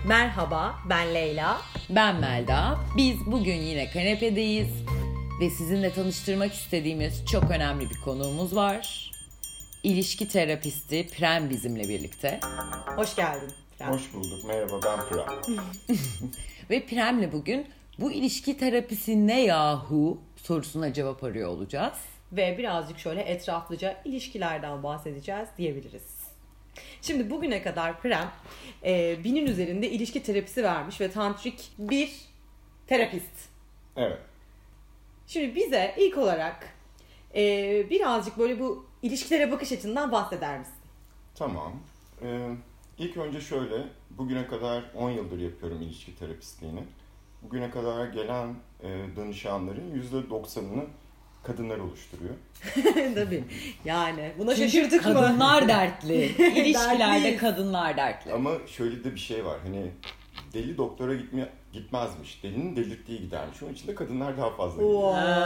Merhaba, ben Leyla. Ben Melda. Biz bugün yine kanepedeyiz ve sizinle tanıştırmak istediğimiz çok önemli bir konuğumuz var. İlişki terapisti Prem bizimle birlikte. Hoş geldin Prem. Hoş bulduk. Merhaba, ben Prem. Ve Prem'le bugün bu ilişki terapisi ne yahu sorusuna cevap arıyor olacağız. Ve birazcık şöyle etraflıca ilişkilerden bahsedeceğiz diyebiliriz. Şimdi bugüne kadar Prem 1000'in üzerinde ilişki terapisi vermiş ve tantrik bir terapist. Evet. Şimdi bize ilk olarak birazcık böyle bu ilişkilere bakış açısından bahseder misin? Tamam. İlk önce şöyle, bugüne kadar 10 yıldır yapıyorum ilişki terapistliğini. Bugüne kadar gelen danışanların %90'ını kadınlar oluşturuyor. Tabii. Yani buna Çünkü şaşırdık mı? kadınlar dertli. İlişkilerde Dertliyiz. kadınlar dertli. Ama şöyle de bir şey var, hani deli doktora gitmezmiş, delinin delirttiği gidermiş. Onun için de kadınlar daha fazla gidiyor.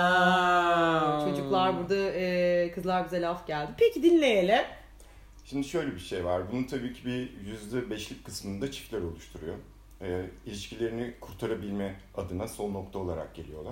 Wow. Çocuklar burada kızlar bize laf geldi. Peki dinleyelim. Şimdi şöyle bir şey var, bunun tabii ki bir %5'lik kısmını da çiftler oluşturuyor. İlişkilerini kurtarabilme adına son nokta olarak geliyorlar.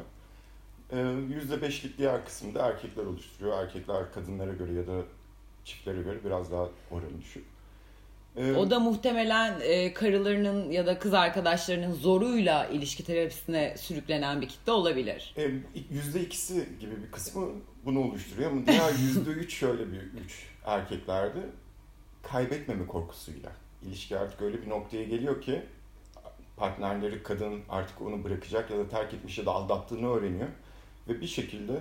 %5'lik diğer kısmı da erkekler oluşturuyor. Erkekler kadınlara göre ya da çiftlere göre biraz daha oranı düşük. O da muhtemelen karılarının ya da kız arkadaşlarının zoruyla ilişki terapisine sürüklenen bir kitle olabilir. %2'si gibi bir kısmı bunu oluşturuyor ama diğer %3 şöyle bir güç erkeklerde kaybetmeme korkusuyla. İlişki artık öyle bir noktaya geliyor ki partnerleri kadın artık onu bırakacak ya da terk etmiş ya da aldattığını öğreniyor. Ve bir şekilde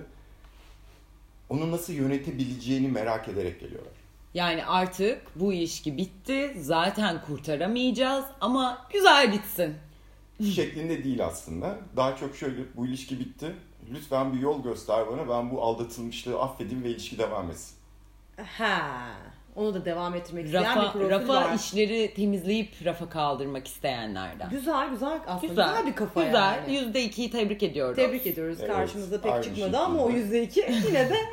onu nasıl yönetebileceğini merak ederek geliyorlar. Yani artık bu ilişki bitti, zaten kurtaramayacağız ama güzel bitsin. Şeklinde değil aslında. Daha çok şöyle, bu ilişki bitti. Lütfen bir yol göster bana, ben bu aldatılmışlığı affedeyim ve ilişki devam etsin. Ha, onu da devam ettirmek isteyen bir profil Rafa var. işleri temizleyip rafa kaldırmak isteyenlerden. Güzel aslında güzel bir kafa güzel. yani. %2'yi tebrik ediyoruz. Tebrik ediyoruz. Evet, Karşımıza pek aynı çıkmadı şekilde. ama o %2 yine de.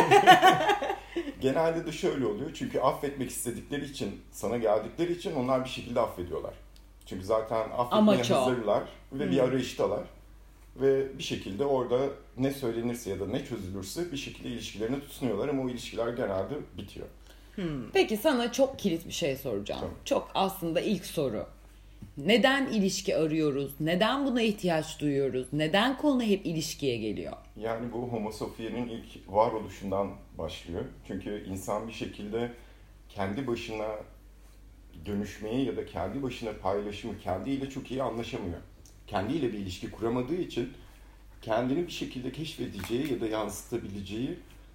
Genelde de şöyle oluyor, çünkü affetmek istedikleri için, sana geldikleri için onlar bir şekilde affediyorlar. Çünkü zaten affetmeye Amaç o. hazırlar ve bir arayıştalar. Ve bir şekilde orada ne söylenirse ya da ne çözülürse bir şekilde ilişkilerine tutunuyorlar ama o ilişkiler genelde bitiyor. Peki sana çok kilit bir şey soracağım. Tamam. Çok aslında ilk soru. Neden ilişki arıyoruz? Neden buna ihtiyaç duyuyoruz? Neden konu hep ilişkiye geliyor? Yani bu Homo sapiens'in ilk varoluşundan başlıyor. Çünkü insan bir şekilde kendi başına dönüşmeyi ya da kendi başına paylaşımı, kendiyle çok iyi anlaşamıyor. Kendiyle bir ilişki kuramadığı için kendini bir şekilde keşfedeceği ya da yansıtabileceği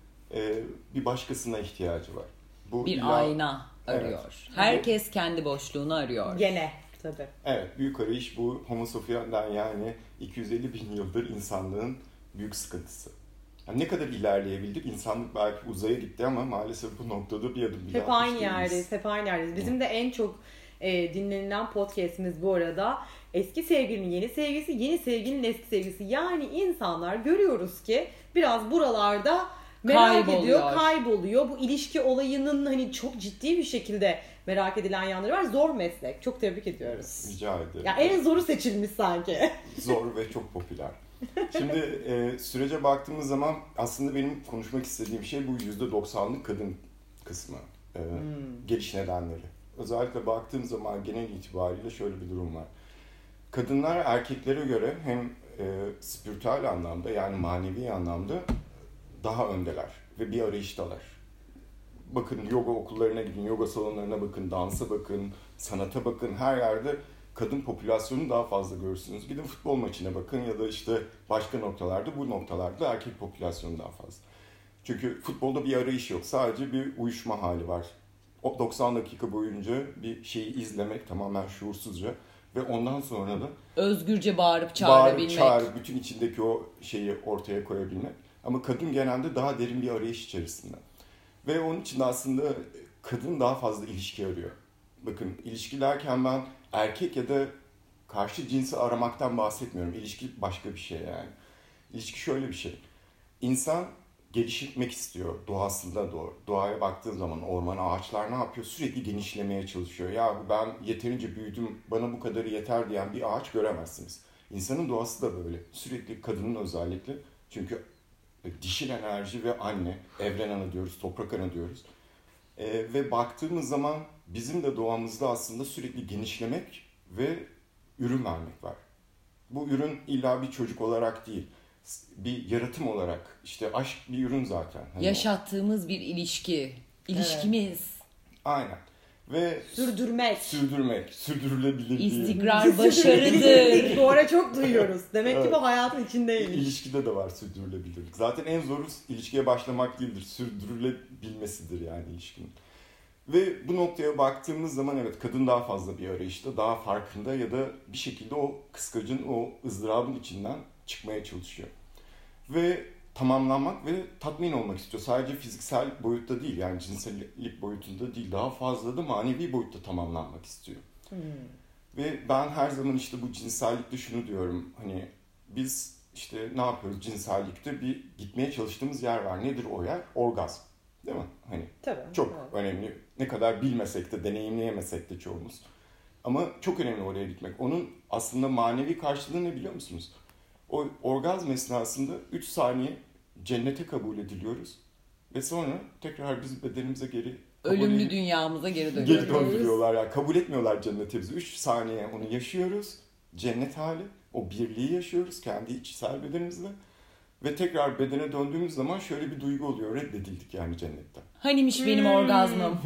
bir başkasına ihtiyacı var. Bu Bir ayna arıyor. Evet. Herkes kendi boşluğunu arıyor. Gene tabii. Evet, büyük arayış bu Homo sapiens'den, yani 250 bin yıldır insanlığın büyük sıkıntısı. Yani ne kadar ilerleyebildik? İnsanlık belki uzaya gitti ama maalesef bu noktada bir adım bile Hep aynı atmış değiliz. yerdeyiz, hep aynı yerdeyiz. Bizim de en çok dinlenilen podcast'imiz bu arada eski sevgilinin yeni sevgilisi, yeni sevgilinin eski sevgilisi. Yani insanlar görüyoruz ki biraz buralarda merak ediyor, kayboluyor. Bu ilişki olayının hani çok ciddi bir şekilde merak edilen yanları var. Zor meslek. Çok tebrik ediyoruz. Rica ederim. Ya en zoru seçilmiş sanki. Zor ve çok popüler. Şimdi sürece baktığımız zaman aslında benim konuşmak istediğim şey bu %90'lık kadın kısmı. Geliş nedenleri. Özellikle baktığım zaman genel itibariyle şöyle bir durum var. Kadınlar erkeklere göre hem spiritüel anlamda, yani manevi anlamda daha öndeler ve bir arayıştalar. Bakın yoga okullarına gidin, yoga salonlarına bakın, dansa bakın, sanata bakın, her yerde kadın popülasyonu daha fazla görürsünüz. Gidin futbol maçına bakın ya da işte başka noktalarda, bu noktalarda erkek popülasyonu daha fazla. Çünkü futbolda bir arayış yok, sadece bir uyuşma hali var. O 90 dakika boyunca bir şeyi izlemek tamamen şuursuzca ve ondan sonra da Özgürce bağırıp çağırabilmek. çağırıp bütün içindeki o şeyi ortaya koyabilmek. Ama kadın genelde daha derin bir arayış içerisinde. Ve onun için de aslında kadın daha fazla ilişki arıyor. Bakın, ilişki derken ben erkek ya da karşı cinsi aramaktan bahsetmiyorum. İlişki başka bir şey yani. İlişki şöyle bir şey. İnsan gelişmek istiyor doğasında doğru. Doğaya baktığın zaman orman, ağaçlar ne yapıyor? Sürekli genişlemeye çalışıyor. Ya ben yeterince büyüdüm, bana bu kadarı yeter diyen bir ağaç göremezsiniz. İnsanın doğası da böyle. Sürekli, kadının özellikle. Çünkü dişil enerji ve anne, evren ana diyoruz, toprak ana diyoruz. Ve baktığımız zaman bizim de doğamızda aslında sürekli genişlemek ve ürün vermek var. Bu ürün illa bir çocuk olarak değil, bir yaratım olarak. İşte aşk bir ürün zaten. Hani yaşattığımız bir ilişki, ilişkimiz. Evet. Aynen. Ve sürdürmek, sürdürülebilir değil. İstikrar başarıdır. Bu ara çok duyuyoruz. Demek ki bu hayatın içindeymiş. İlişkide de var sürdürülebilirlik. Zaten en zoru ilişkiye başlamak değildir, sürdürülebilmesidir yani ilişkinin. Ve bu noktaya baktığımız zaman evet, kadın daha fazla bir arayışta, daha farkında ya da bir şekilde o kıskacın, o ızdırabın içinden çıkmaya çalışıyor. Ve tamamlanmak ve tatmin olmak istiyor. Sadece fiziksel boyutta değil, yani cinsellik boyutunda değil, daha fazla da manevi boyutta tamamlanmak istiyor. Ve ben her zaman işte bu cinsellikte şunu diyorum, hani biz işte ne yapıyoruz cinsellikte, bir gitmeye çalıştığımız yer var. Nedir o yer? Orgazm. Değil mi? Hani tabii, çok önemli. Ne kadar bilmesek de, deneyimleyemesek de çoğumuz. Ama çok önemli oraya gitmek. Onun aslında manevi karşılığı ne biliyor musunuz? O orgazm esnasında 3 saniye cennete kabul ediliyoruz. Ve sonra tekrar biz bedenimize geri... Ölümlü dünyamıza geri dönüyoruz. Geri döndürüyorlar ya. Kabul etmiyorlar cennete bizi. 3 saniye onu yaşıyoruz. Cennet hali. O birliği yaşıyoruz kendi içsel bedenimizle. Ve tekrar bedene döndüğümüz zaman şöyle bir duygu oluyor. Reddedildik yani cennetten. Hanimiş benim orgazmım.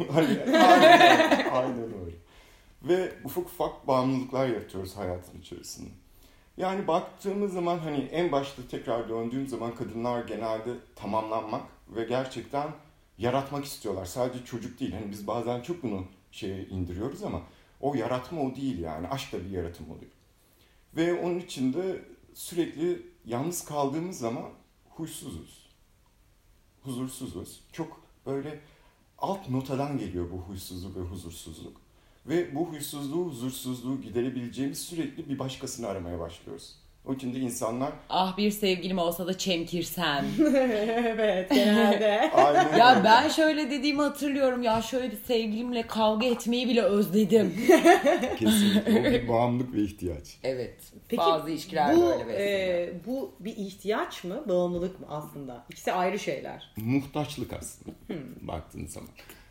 Aynen öyle. Ve ufak ufak bağımlılıklar yaratıyoruz hayatın içerisinde. Yani baktığımız zaman hani en başta tekrar döndüğüm zaman kadınlar genelde tamamlanmak ve gerçekten yaratmak istiyorlar. Sadece çocuk değil. Hani biz bazen çok bunu indiriyoruz ama o yaratma o değil yani. Aşk da bir yaratım oluyor. Ve onun için de sürekli yalnız kaldığımız zaman huysuzuz. Huzursuzuz. Çok böyle alt notadan geliyor bu huysuzluk ve huzursuzluk. Ve bu huysuzluğu, huzursuzluğu giderebileceğimiz sürekli bir başkasını aramaya başlıyoruz. O için de insanlar... Ah bir sevgilim olsa da çemkirsem. Evet, genelde. Aynen Ya öyle. ben şöyle dediğimi hatırlıyorum. Ya şöyle bir sevgilimle kavga etmeyi bile özledim. Kesinlikle. O bir bağımlılık ve ihtiyaç. Evet. Peki, bazı ilişkiler böyle besleniyor. Bu bir ihtiyaç mı, bağımlılık mı aslında? İkisi ayrı şeyler. Muhtaçlık aslında baktığın zaman.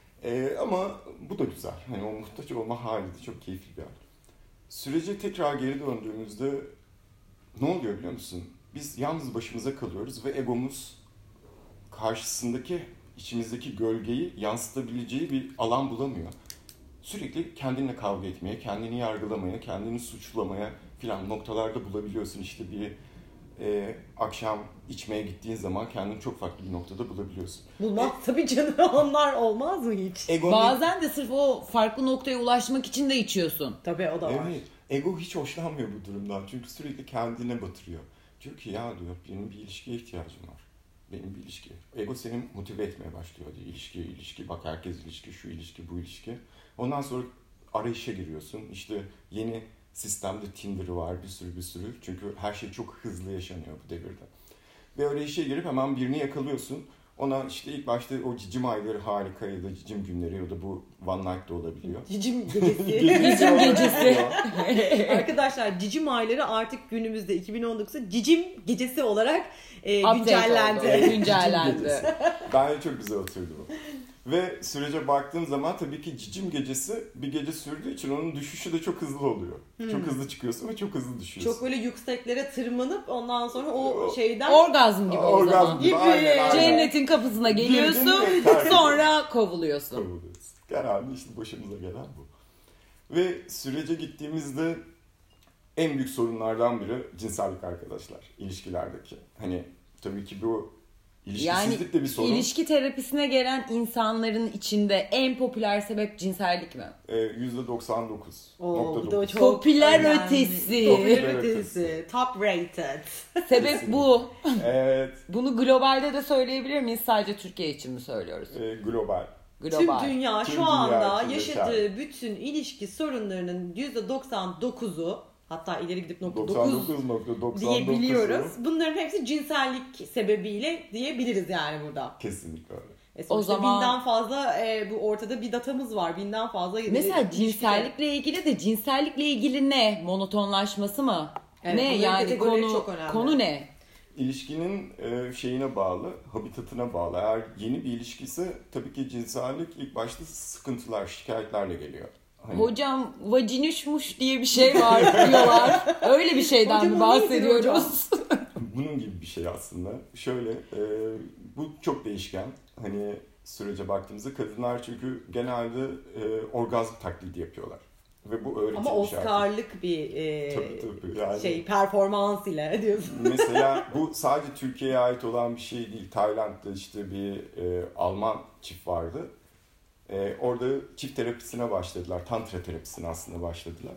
Ama bu da güzel. Hani o muhtaç olma hali de çok keyifli bir hal. Sürece tekrar geri döndüğümüzde ne oluyor biliyor musun? Biz yalnız başımıza kalıyoruz ve egomuz karşısındaki, içimizdeki gölgeyi yansıtabileceği bir alan bulamıyor. Sürekli kendinle kavga etmeye, kendini yargılamaya, kendini suçlamaya filan noktalarda bulabiliyorsun. İşte bir akşam içmeye gittiğin zaman kendini çok farklı bir noktada bulabiliyorsun. Bulmaz tabii canım, onlar olmaz mı hiç? Bazen de sırf o farklı noktaya ulaşmak için de içiyorsun. Tabii o da var. Evet. Ego hiç hoşlanmıyor bu durumdan. Çünkü sürekli kendine batırıyor. Diyor ki ya diyor, benim bir ilişkiye ihtiyacım var. Benim bir ilişki. Ego seni motive etmeye başlıyor diyor. İlişki, bak herkes ilişki, şu ilişki, bu ilişki. Ondan sonra arayışa giriyorsun. İşte yeni sistemde Tinder'ı var, bir sürü. Çünkü her şey çok hızlı yaşanıyor bu devirde. Ve arayışa girip hemen birini yakalıyorsun. Ona işte ilk başta o cicim ayları harika ya da cicim günleri ya da bu one night da olabiliyor. Cicim gecesi. Cicim gecesi. Arkadaşlar cicim ayları artık günümüzde 2019'da cicim gecesi olarak Update güncellendi. oldu, güncellendi. Bence çok güzel oturdu bu. Ve sürece baktığım zaman tabii ki cicim gecesi bir gece sürdüğü için onun düşüşü de çok hızlı oluyor. Çok hızlı çıkıyorsun ve çok hızlı düşüyorsun. Çok böyle yükseklere tırmanıp ondan sonra o şeyden... Orgazm gibi o zaman. gibi. Aynen. Cennetin kapısına geliyorsun, sonra kovuluyorsun. Kovuluyorsun. Genelde işte başımıza gelen bu. Ve sürece gittiğimizde en büyük sorunlardan biri cinsellik arkadaşlar. İlişkilerdeki. Hani tabii ki bu İlişkisizlik de bir sorun. İlişki terapisine gelen insanların içinde en popüler sebep cinsellik mi? %99. Popüler ötesi. Popüler ötesi. Top rated. Sebep bu. Evet. Bunu globalde de söyleyebilir miyiz? Sadece Türkiye için mi söylüyoruz? Global. Tüm dünya Tüm şu anda dünya yaşadığı bütün ilişki sorunlarının %99'u hatta ileri gidip 99.99 diyebiliyoruz. Bunların hepsi cinsellik sebebiyle diyebiliriz yani burada. Kesinlikle öyle. O zaman binden fazla bu ortada bir datamız var. Binden fazla. Mesela cinsellikle ilgili de cinsellikle ilgili ne? Monotonlaşması mı? Evet, ne yani konu ne? İlişkinin şeyine bağlı, habitatına bağlı. Eğer yeni bir ilişkisi tabii ki cinsellik ilk başta sıkıntılar, şikayetlerle geliyor. Hani... Hocam vajinüşmuş diye bir şey var diyorlar. Öyle bir şeyden mi bahsediyoruz? Bunun gibi bir şey aslında. Şöyle, bu çok değişken. Hani sürece baktığımızda kadınlar çünkü genelde orgazm taklidi yapıyorlar. Ve bu öğretilmiş. Ama Oscar'lık bir tabii, yani, performans ile diyorsun. Mesela bu sadece Türkiye'ye ait olan bir şey değil. Tayland'da işte bir Alman çift vardı. Orada çift terapisine başladılar. Tantra terapisine aslında başladılar.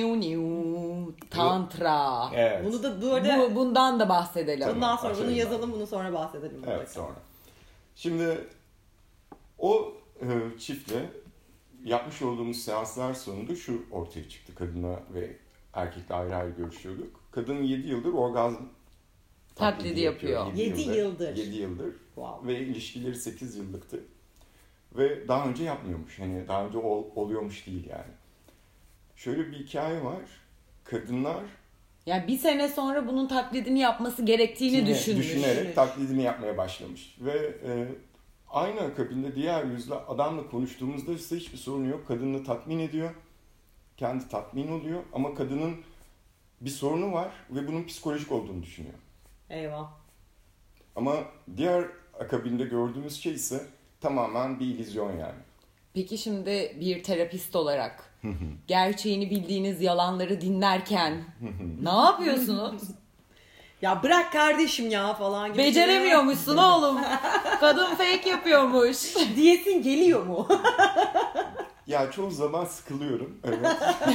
Tantra. Evet. Bunu da bu arada bundan da bahsedelim. Bundan sonra bunu yazalım, bunu sonra bahsedelim. Evet, sonra. Şimdi o çiftle yapmış olduğumuz seanslar sonunda şu ortaya çıktı. Kadınla ve erkekle ayrı ayrı görüşüyorduk. Kadın 7 yıldır orgazm taklidi yapıyor. 7 yıldır. 7 yıldır. Wow. Ve ilişkileri 8 yıllıktı. Ve daha önce yapmıyormuş. Hani daha önce oluyormuş değil yani. Şöyle bir hikaye var. Kadınlar yani bir sene sonra bunun taklidini yapması gerektiğini düşünerek taklidini yapmaya başlamış. Ve aynı akabinde diğer yüzle adamla konuştuğumuzda ise hiçbir sorun yok. Kadını tatmin ediyor. Kendi tatmin oluyor. Ama kadının bir sorunu var ve bunun psikolojik olduğunu düşünüyor. Eyvah. Ama diğer akabinde gördüğümüz şey ise tamamen bir illüzyon yani. Peki şimdi bir terapist olarak gerçeğini bildiğiniz yalanları dinlerken ne yapıyorsunuz? Ya bırak kardeşim ya falan gibi. Beceremiyormuşsun oğlum. Kadın fake yapıyormuş. Diyesin geliyor mu? Ya çoğu zaman sıkılıyorum. Evet.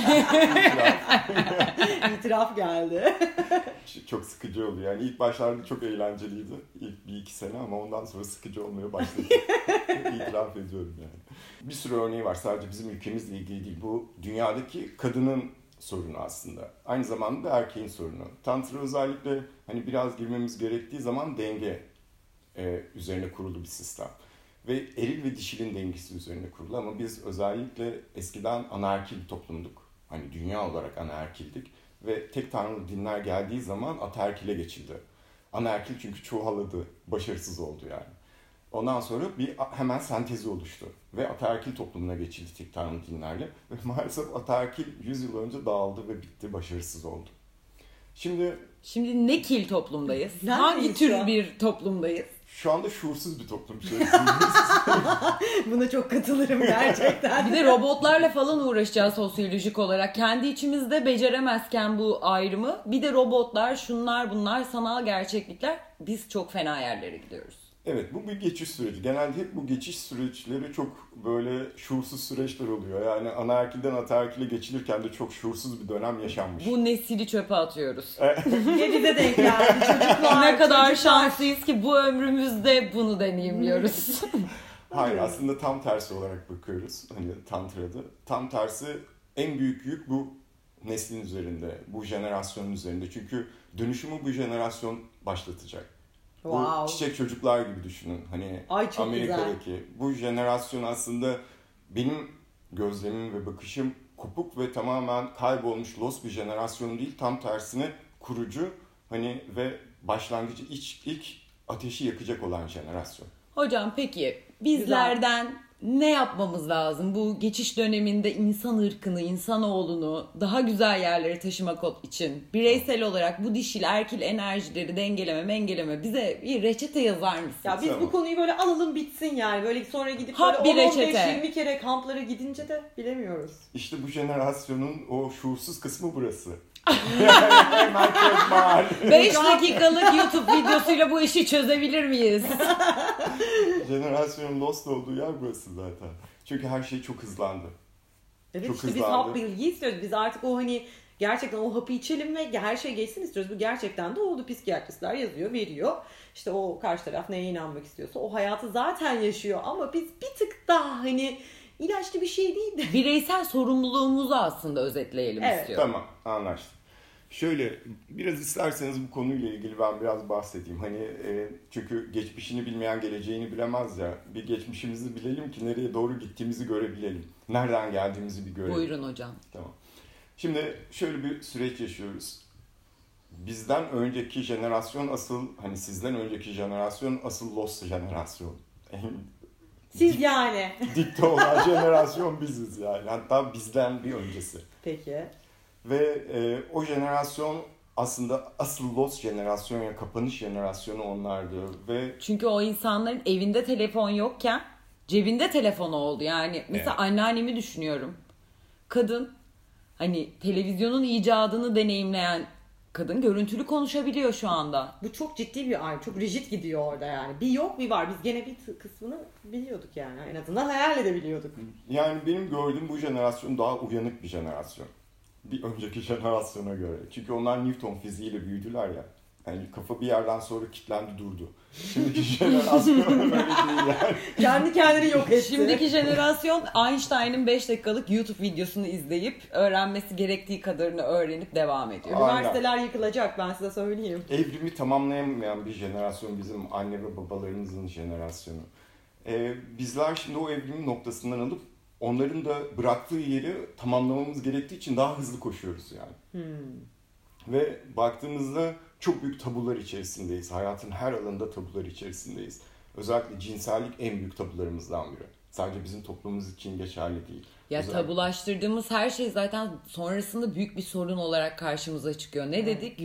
İtiraf geldi. Çok sıkıcı oluyor. Yani ilk başlarda çok eğlenceliydi. İlk 1-2 sene ama ondan sonra sıkıcı olmaya başladı. İtiraf ediyorum yani. Bir sürü örneği var. Sadece bizim ülkemizle ilgili değil. Bu dünyadaki kadının sorunu aslında. Aynı zamanda da erkeğin sorunu. Tantra özellikle hani biraz girmemiz gerektiği zaman denge üzerine kurulu bir sistem. Ve eril ve dişilin dengesi üzerine kurulu ama biz özellikle eskiden anaerkil bir toplumduk. Hani dünya olarak anaerkildik. Ve tek tanrılı dinler geldiği zaman ataerkile geçildi. Anaerkil çünkü çoğaladı, başarısız oldu yani. Ondan sonra hemen sentezi oluştu. Ve ataerkil toplumuna geçildi tek tanrılı dinlerle. Ve maalesef ataerkil 100 yıl önce dağıldı ve bitti, başarısız oldu. Şimdi ne kil toplumdayız? Hangi tür bir toplumdayız? Şu anda şuursuz bir toplum. Buna çok katılırım gerçekten. Bir de robotlarla falan uğraşacağız sosyolojik olarak. Kendi içimizde beceremezken bu ayrımı. Bir de robotlar, şunlar bunlar, sanal gerçeklikler. Biz çok fena yerlere gidiyoruz. Evet, bu bir geçiş süreci. Genelde hep bu geçiş süreçleri çok böyle şuursuz süreçler oluyor. Yani anaerkilden ataerkile geçilirken de çok şuursuz bir dönem yaşanmış. Bu nesili çöpe atıyoruz. Yine bize denk geldi çocuklar. Ne kadar şanslıyız ki bu ömrümüzde bunu deneyimliyoruz. Hayır, aslında tam tersi olarak bakıyoruz. Hani Tantra'da. Tam tersi en büyük yük bu neslin üzerinde, bu jenerasyonun üzerinde. Çünkü dönüşümü bu jenerasyon başlatacak. Wow. Bu çiçek çocuklar gibi düşünün. Hani Amerika'daki güzel. Bu jenerasyon aslında benim gözlemim ve bakışım kopuk ve tamamen kaybolmuş, lost bir jenerasyon değil. Tam tersine kurucu hani ve başlangıcı ilk ateşi yakacak olan jenerasyon. Hocam peki bizlerden ne yapmamız lazım? Bu geçiş döneminde insan ırkını, insanoğlunu daha güzel yerlere taşımak için bireysel olarak bu dişil erkil enerjileri dengeleme bize bir reçete yazar mısın? Ya biz bu konuyu böyle alalım bitsin yani. Böyle sonra gidip böyle 15-20 kere kamplara gidince de bilemiyoruz. İşte bu jenerasyonun o şuursuz kısmı burası. 5 dakikalık YouTube videosuyla bu işi çözebilir miyiz? Jenerasyonun lost olduğu yer burası zaten. Çünkü her şey çok hızlandı. Evet çok işte hızlandı. Biz hap bilgi istiyoruz. Biz artık o hani gerçekten o hapı içelim ve her şey geçsin istiyoruz. Bu gerçekten de oldu. Psikiyatristler yazıyor, veriyor. İşte o karşı taraf neye inanmak istiyorsa o hayatı zaten yaşıyor. Ama biz bir tık daha hani ilaçlı bir şey değil de. Bireysel sorumluluğumuzu aslında özetleyelim istiyorum. Tamam, anlaştık. Şöyle biraz isterseniz bu konuyla ilgili ben biraz bahsedeyim. Hani çünkü geçmişini bilmeyen geleceğini bilemez ya. Bir geçmişimizi bilelim ki nereye doğru gittiğimizi görebilelim. Nereden geldiğimizi bir görelim. Buyurun hocam. Tamam. Şimdi şöyle bir süreç yaşıyoruz. Bizden önceki jenerasyon asıl, hani sizden önceki jenerasyon asıl lost jenerasyon. Siz yani. Dipte olan jenerasyon biziz yani. Hatta bizden bir öncesi. Peki. Ve o jenerasyon aslında asıl lost jenerasyon ya kapanış jenerasyonu onlardı. Ve Çünkü o insanların evinde telefon yokken cebinde telefonu oldu. Yani mesela Evet. anneannemi düşünüyorum. Kadın hani televizyonun icadını deneyimleyen kadın görüntülü konuşabiliyor şu anda. Bu çok ciddi bir ay. Çok rigid gidiyor orada yani. Bir yok bir var. Biz gene bir kısmını biliyorduk yani. En azından hayal edebiliyorduk. yani benim gördüğüm bu jenerasyon daha uyanık bir jenerasyon. Bir önceki jenerasyona göre. Çünkü onlar Newton fiziğiyle büyüdüler ya. Yani kafa bir yerden sonra kilitlendi durdu. Şimdiki jenerasyon öyle değil yani. Kendi kendini yok etti. Şimdiki jenerasyon Einstein'ın 5 dakikalık YouTube videosunu izleyip öğrenmesi gerektiği kadarını öğrenip devam ediyor. Aynen. Üniversiteler yıkılacak, ben size söyleyeyim. Evrimi tamamlayamayan bir jenerasyon bizim anne ve babalarımızın jenerasyonu. Bizler şimdi o evrimin noktasından alıp onların da bıraktığı yeri tamamlamamız gerektiği için daha hızlı koşuyoruz yani. Ve baktığımızda çok büyük tabular içerisindeyiz. Hayatın her alanında tabular içerisindeyiz. Özellikle cinsellik en büyük tabularımızdan biri. Sadece bizim toplumumuz için geçerli değil. Ya Özellikle... tabulaştırdığımız her şey zaten sonrasında büyük bir sorun olarak karşımıza çıkıyor. Ne dedik?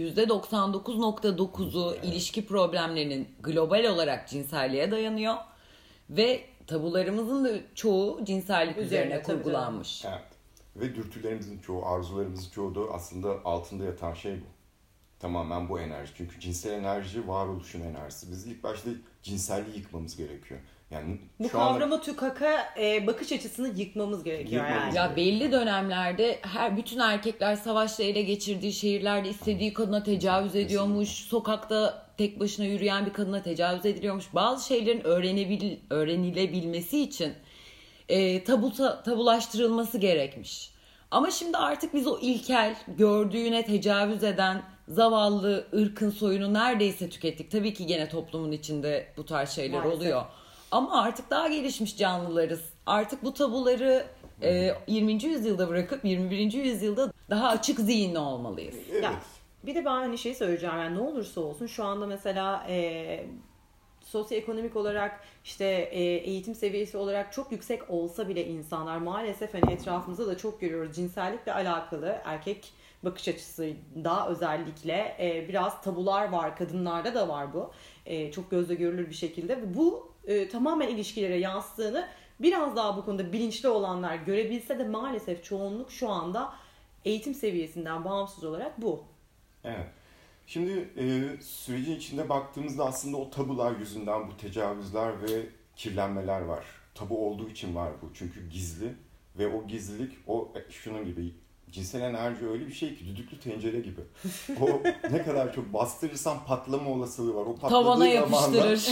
%99.9'u ilişki problemlerinin global olarak cinselliğe dayanıyor. Ve tabularımızın da çoğu cinsellik üzerine kurgulanmış. Evet. Ve dürtülerimizin çoğu, arzularımızın çoğu da aslında altında yatan şey bu. Tamamen bu enerji. Çünkü cinsel enerji varoluşun enerjisi. Biz ilk başta cinselliği yıkmamız gerekiyor. Yani bu kavrama tükaka bakış açısını yıkmamız gerekiyor yani. Ya belli dönemlerde bütün erkekler savaşla ele geçirdiği şehirlerde istediği kadına tecavüz ediyormuş. Sokakta tek başına yürüyen bir kadına tecavüz ediliyormuş. Bazı şeylerin öğrenilebilmesi için tabulaştırılması gerekmiş. Ama şimdi artık biz o ilkel, gördüğüne tecavüz eden zavallı ırkın soyunu neredeyse tükettik. Tabii ki gene toplumun içinde bu tarz şeyler maalesef oluyor. Ama artık daha gelişmiş canlılarız. Artık bu tabuları 20. yüzyılda bırakıp 21. yüzyılda daha açık zihinli olmalıyız. Evet. Ya, bir de ben hani şey söyleyeceğim, yani ne olursa olsun şu anda mesela sosyoekonomik olarak işte eğitim seviyesi olarak çok yüksek olsa bile insanlar maalesef hani etrafımızda da çok görüyoruz, cinsellikle alakalı erkek bakış açısında özellikle biraz tabular var, kadınlarda da var bu. Çok gözle görülür bir şekilde ve bu tamamen ilişkilere yansıdığını biraz daha bu konuda bilinçli olanlar görebilse de maalesef çoğunluk şu anda eğitim seviyesinden bağımsız olarak bu. Evet. Şimdi sürecin içinde baktığımızda aslında o tabular yüzünden bu tecavüzler ve kirlenmeler var. Tabu olduğu için var bu. Çünkü gizli ve o gizlilik şunun gibi, cinsel enerji öyle bir şey ki düdüklü tencere gibi. O ne kadar çok bastırırsan patlama olasılığı var. O patladığı Tavana yapıştırır.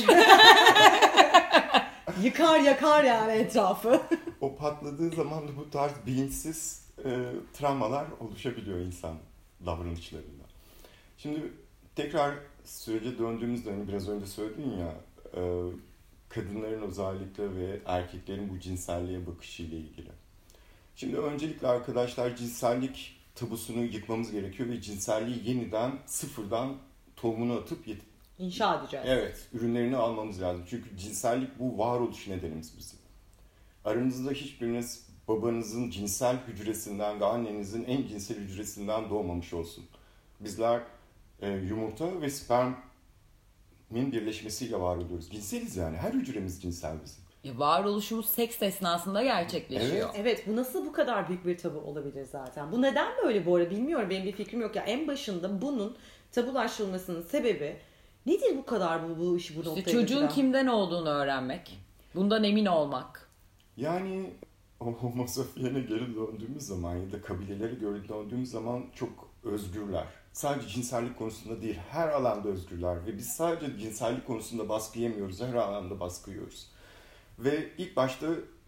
Yıkar yakar yani etrafı. O patladığı zaman da bu tarz bilinçsiz travmalar oluşabiliyor insan davranışlarında. Şimdi tekrar sürece döndüğümüzde hani biraz önce söyledin ya, kadınların özellikle ve erkeklerin bu cinselliğe bakışıyla ilgili. Şimdi öncelikle arkadaşlar cinsellik tabusunu yıkmamız gerekiyor ve cinselliği yeniden sıfırdan tohumunu atıp İnşa edeceğiz. evet, ürünlerini almamız lazım. Çünkü cinsellik bu varoluş nedenimiz bizim. Aranızda hiçbiriniz babanızın cinsel hücresinden ve annenizin en cinsel hücresinden doğmamış olsun. Bizler yumurta ve spermin birleşmesiyle var oluyoruz. Cinseliz yani. Her hücremiz cinsel bizim. Varoluşumuz seks esnasında gerçekleşiyor. Evet, bu nasıl bu kadar büyük bir tabu olabilir zaten? Bu neden böyle bu arada bilmiyorum. Benim bir fikrim yok. Ya en başında bunun tabulaştırılmasının sebebi nedir bu kadar bu işi bu noktaya İşte çocuğun getiren? kimden olduğunu öğrenmek. Bundan emin olmak. Yani Homo sapiens'e geri döndüğümüz zaman ya da kabilelere geri döndüğümüz zaman çok özgürler. Sadece cinsellik konusunda değil, her alanda özgürler. Ve biz sadece cinsellik konusunda baskı yemiyoruz, her alanda baskı yiyoruz. Ve ilk başta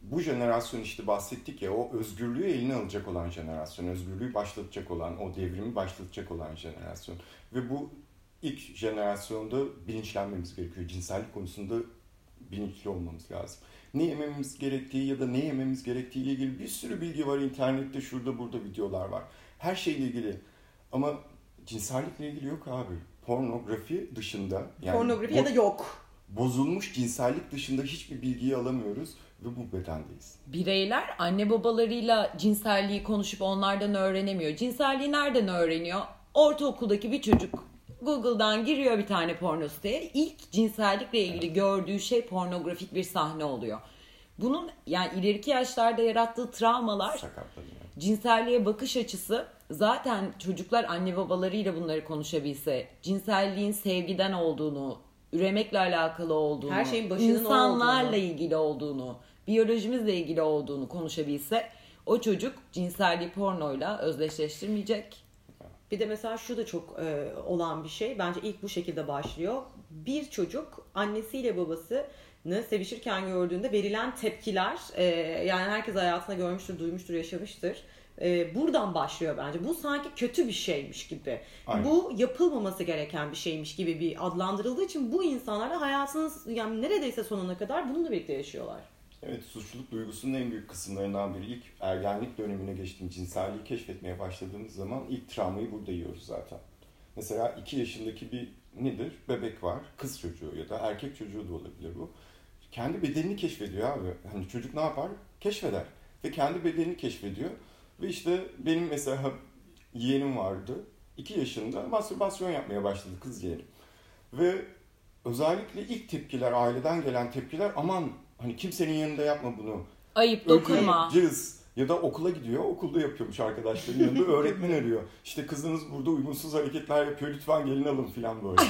bu jenerasyon işte bahsettik ya, o özgürlüğü eline alacak olan jenerasyon, özgürlüğü başlatacak olan, o devrimi başlatacak olan jenerasyon. Ve bu ilk jenerasyonda bilinçlenmemiz gerekiyor. Cinsellik konusunda bilinçli olmamız lazım. Ne yememiz gerektiği ya da ne yememiz gerektiği ile ilgili bir sürü bilgi var internette, şurada burada videolar var. Her şeyle ilgili. Ama cinsellikle ilgili yok abi. Pornografi dışında, yani pornografi ya da yok. Bozulmuş cinsellik dışında hiçbir bilgiyi alamıyoruz ve bu bedendeyiz. Bireyler anne babalarıyla cinselliği konuşup onlardan öğrenemiyor. Cinselliği nereden öğreniyor? Ortaokuldaki bir çocuk Google'dan giriyor bir tane porno siteye. İlk cinsellikle ilgili gördüğü şey pornografik bir sahne oluyor. Bunun yani ileriki yaşlarda yarattığı travmalar, cinselliğe bakış açısı, zaten çocuklar anne babalarıyla bunları konuşabilse, cinselliğin sevgiden olduğunu, üremekle alakalı olduğunu, her şeyin başının insanlarla olduğunu, ilgili olduğunu, biyolojimizle ilgili olduğunu konuşabilse, o çocuk cinselliği pornoyla özdeşleştirmeyecek. Bir de mesela şu da çok olan bir şey. Bence ilk bu şekilde başlıyor. Bir çocuk annesiyle babasını sevişirken gördüğünde verilen tepkiler, yani herkes hayatında görmüştür, duymuştur, yaşamıştır. Buradan başlıyor bence. Bu sanki kötü bir şeymiş gibi. Aynen. Bu yapılmaması gereken bir şeymiş gibi bir adlandırıldığı için bu insanlar da hayatının yani neredeyse sonuna kadar bununla birlikte yaşıyorlar. Evet, suçluluk duygusunun en büyük kısımlarından biri. İlk ergenlik dönemine geçtiğim, cinselliği keşfetmeye başladığımız zaman ilk travmayı burada yiyoruz zaten. Mesela 2 yaşındaki bir nedir? Bebek var, kız çocuğu ya da erkek çocuğu da olabilir bu. Kendi bedenini keşfediyor abi. Hani çocuk ne yapar? Keşfeder. Ve kendi bedenini keşfediyor. Ve işte benim mesela yeğenim vardı. 2 yaşında mastürbasyon yapmaya başladı kız yeğenim. Ve özellikle ilk tepkiler, aileden gelen tepkiler, aman hani kimsenin yanında yapma bunu. Ayıp, dokunma. Cız. Ya da okula gidiyor, okulda yapıyormuş arkadaşların yanında, öğretmen arıyor. İşte kızınız burada uygunsuz hareketler yapıyor, lütfen gelin alın falan böyle.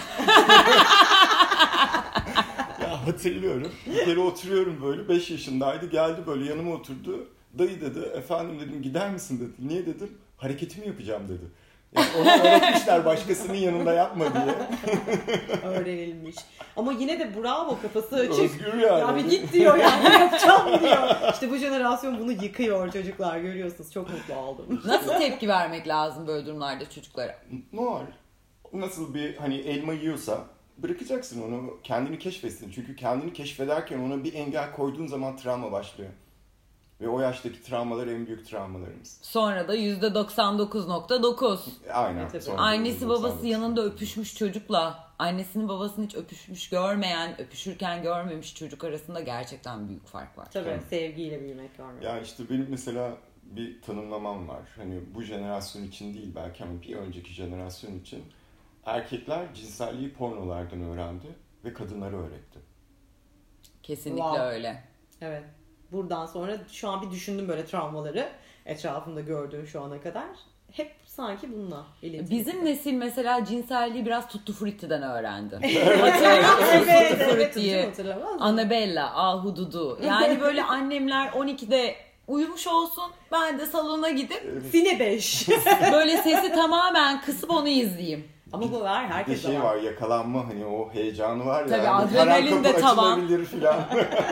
Ya hatırlıyorum, bir kere oturuyorum böyle, 5 yaşındaydı, geldi böyle yanıma oturdu. Dayı dedi, efendim dedim, gider misin dedi. Niye dedim, hareketimi yapacağım dedi. Yani ona öğretmişler başkasının yanında yapma diye. Öğrenilmiş. Ama yine de bravo, kafası açık. Özgür yani. Ya bir git diyor yani, yapacağım diyor. İşte bu jenerasyon bunu yıkıyor çocuklar, görüyorsunuz. Çok mutlu oldum. Nasıl tepki vermek lazım böyle durumlarda çocuklara? Normal. Nasıl bir hani elma yiyorsa bırakacaksın onu, kendini keşfetsin. Çünkü kendini keşfederken ona bir engel koyduğun zaman travma başlıyor. Ve o yaştaki travmalar en büyük travmalarımız. Sonra da %99.9. Aynen. Annesi babası yanında öpüşmüş çocukla annesinin babasını hiç öpüşmüş görmeyen, öpüşürken görmemiş çocuk arasında gerçekten büyük fark var. Tabii, sevgiyle büyümek var. Ya işte benim mesela bir tanımlamam var. Hani bu jenerasyon için değil belki ama bir önceki jenerasyon için. Erkekler cinselliği pornolardan öğrendi ve kadınlara öğretti. Kesinlikle öyle. Evet. Buradan sonra şu an bir düşündüm böyle travmaları etrafımda gördüğüm şu ana kadar. Hep sanki bununla ilintili. Bizim nesil mesela cinselliği biraz Tutti Frutti'den öğrendi. Evet, Tutti Frutti'yi, hatırlamaz mı? Annabella, Ahududu. Yani böyle annemler 12'de uyumuş olsun, ben de salona gidip Sine 5. böyle sesi tamamen kısıp onu izleyeyim. Ama bu var, Bir herkes şey var, yakalanma, hani o heyecanı var ya. Tabii, hani adrenalin de tavan. Açılabilir falan.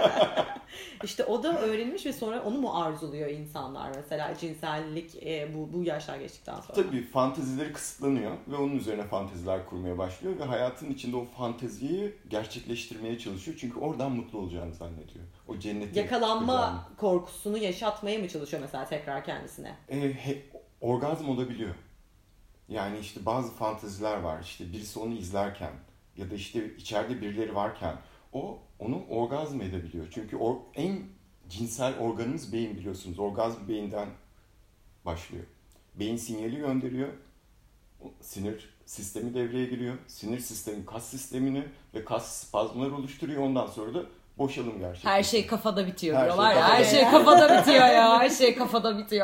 İşte o da öğrenilmiş ve sonra onu mu arzuluyor insanlar mesela, cinsellik bu yaşlar geçtikten sonra? Tabii fantezileri kısıtlanıyor ve onun üzerine fanteziler kurmaya başlıyor ve hayatın içinde o fanteziyi gerçekleştirmeye çalışıyor. Çünkü oradan mutlu olacağını zannediyor. O cenneti Yakalanma korkusunu yaşatmaya mı çalışıyor mesela tekrar kendisine? Orgazm olabiliyor. Yani işte bazı fanteziler var. İşte birisi onu izlerken ya da işte içeride birileri varken onu orgazm edebiliyor. Çünkü en cinsel organımız beyin, biliyorsunuz. Orgazm beyinden başlıyor. Beyin sinyali gönderiyor. Sinir sistemi devreye giriyor. Sinir sistemi kas sistemini ve kas spazmları oluşturuyor. Ondan sonra da boşalım gerçekleşiyor. Her şey kafada bitiyor Her diyorlar şey ya. Her şey kafada bitiyor ya. Her şey kafada bitiyor.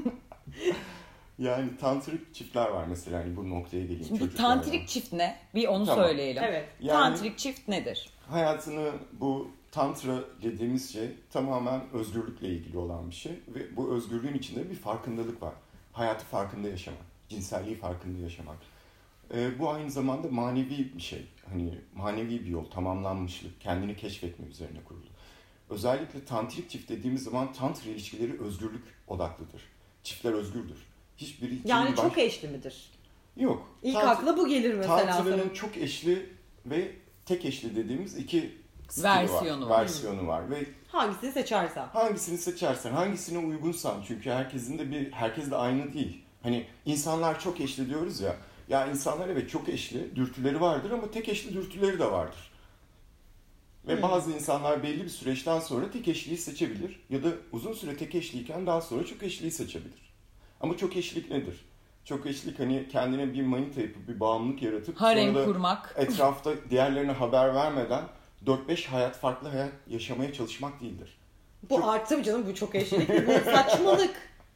Yani tantrik çiftler var mesela, hani bu noktaya geleyim. Şimdi bu tantrik çift ne? Bir onu söyleyelim. Evet. Yani, tantrik çift nedir? Hayatını, bu tantra dediğimiz şey tamamen özgürlükle ilgili olan bir şey ve bu özgürlüğün içinde bir farkındalık var. Hayatı farkında yaşamak, cinselliği farkında yaşamak. Bu aynı zamanda manevi bir şey. Hani manevi bir yol, tamamlanmışlık, kendini keşfetme üzerine kurulu. özellikle tantrik çift dediğimiz zaman tantra ilişkileri özgürlük odaklıdır. Çiftler özgürdür. Hiçbiri yani çok eşli midir? Yok. İlk akla bu gelir mesela. Tantra'nın çok eşli ve tek eşli dediğimiz iki versiyonu var ve hangisini seçersen, hangisine uygunsan, çünkü herkes de aynı değil. Hani insanlar çok eşli diyoruz ya. Ya insanlar evet çok eşli dürtüleri vardır ama tek eşli dürtüleri de vardır. Ve bazı insanlar belli bir süreçten sonra tek eşliği seçebilir ya da uzun süre tek eşliyken daha sonra çok eşliği seçebilir. Ama çok eşlilik nedir? Çok eşlilik hani kendine bir manita yapıp bir bağımlılık yaratıp harem sonra da kurmak. Etrafta diğerlerine haber vermeden 4-5 farklı hayat yaşamaya çalışmak değildir. Bu artı canım, bu çok eşlilik. Bu saçmalık.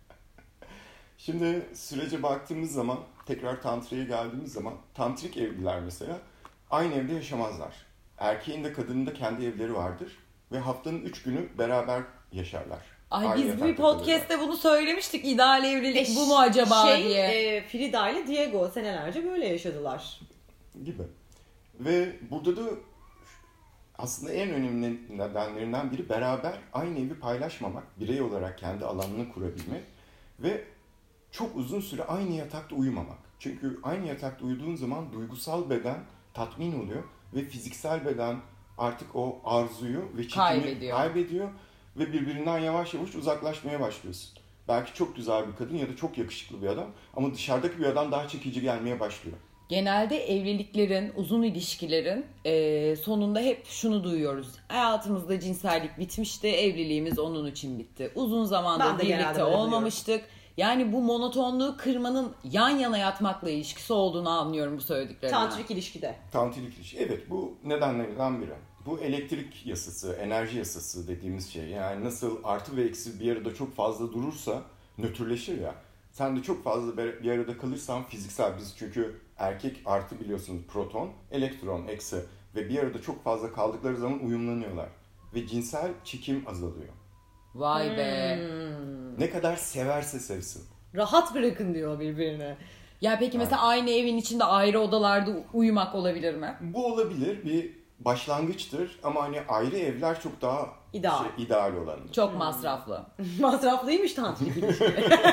Şimdi sürece baktığımız zaman, tekrar tantraya geldiğimiz zaman, tantrik evliler mesela aynı evde yaşamazlar. Erkeğin de kadının da kendi evleri vardır ve haftanın 3 günü beraber yaşarlar. Biz bir podcast'te bunu söylemiştik. İdeal evlilik bu mu acaba diye. Frida ile Diego senelerce böyle yaşadılar. Gibi. Ve burada da aslında en önemli nedenlerinden biri beraber aynı evi paylaşmamak, birey olarak kendi alanını kurabilmek ve çok uzun süre aynı yatakta uyumamak. Çünkü aynı yatakta uyuduğun zaman duygusal beden tatmin oluyor ve fiziksel beden artık o arzuyu ve çekimi kaybediyor ve birbirinden yavaş yavaş uzaklaşmaya başlıyorsun. Belki çok güzel bir kadın ya da çok yakışıklı bir adam ama dışarıdaki bir adam daha çekici gelmeye başlıyor. Genelde evliliklerin, uzun ilişkilerin sonunda hep şunu duyuyoruz. Hayatımızda cinsellik bitmişti, evliliğimiz onun için bitti. Uzun zamandır birlikte olmamıştık. Yani bu monotonluğu kırmanın yan yana yatmakla ilişkisi olduğunu anlıyorum bu söylediklerinden. Tantrik ilişkide. Tantrik ilişki. Evet, bu nedenlerden biri. Bu elektrik yasası, enerji yasası dediğimiz şey. Yani nasıl artı ve eksi bir arada çok fazla durursa nötrleşir ya. Sen de çok fazla bir arada kalırsan fiziksel, biz çünkü erkek artı biliyorsunuz proton, elektron eksi ve bir arada çok fazla kaldıkları zaman uyumlanıyorlar. Ve cinsel çekim azalıyor. Vay be. Ne kadar severse sevsin. Rahat bırakın diyor birbirine. Ya peki mesela aynı evin içinde ayrı odalarda uyumak olabilir mi? Bu olabilir, bir başlangıçtır ama hani ayrı evler çok daha ideal olanı. Çok masraflı. Masraflıymış tantrik ilişki.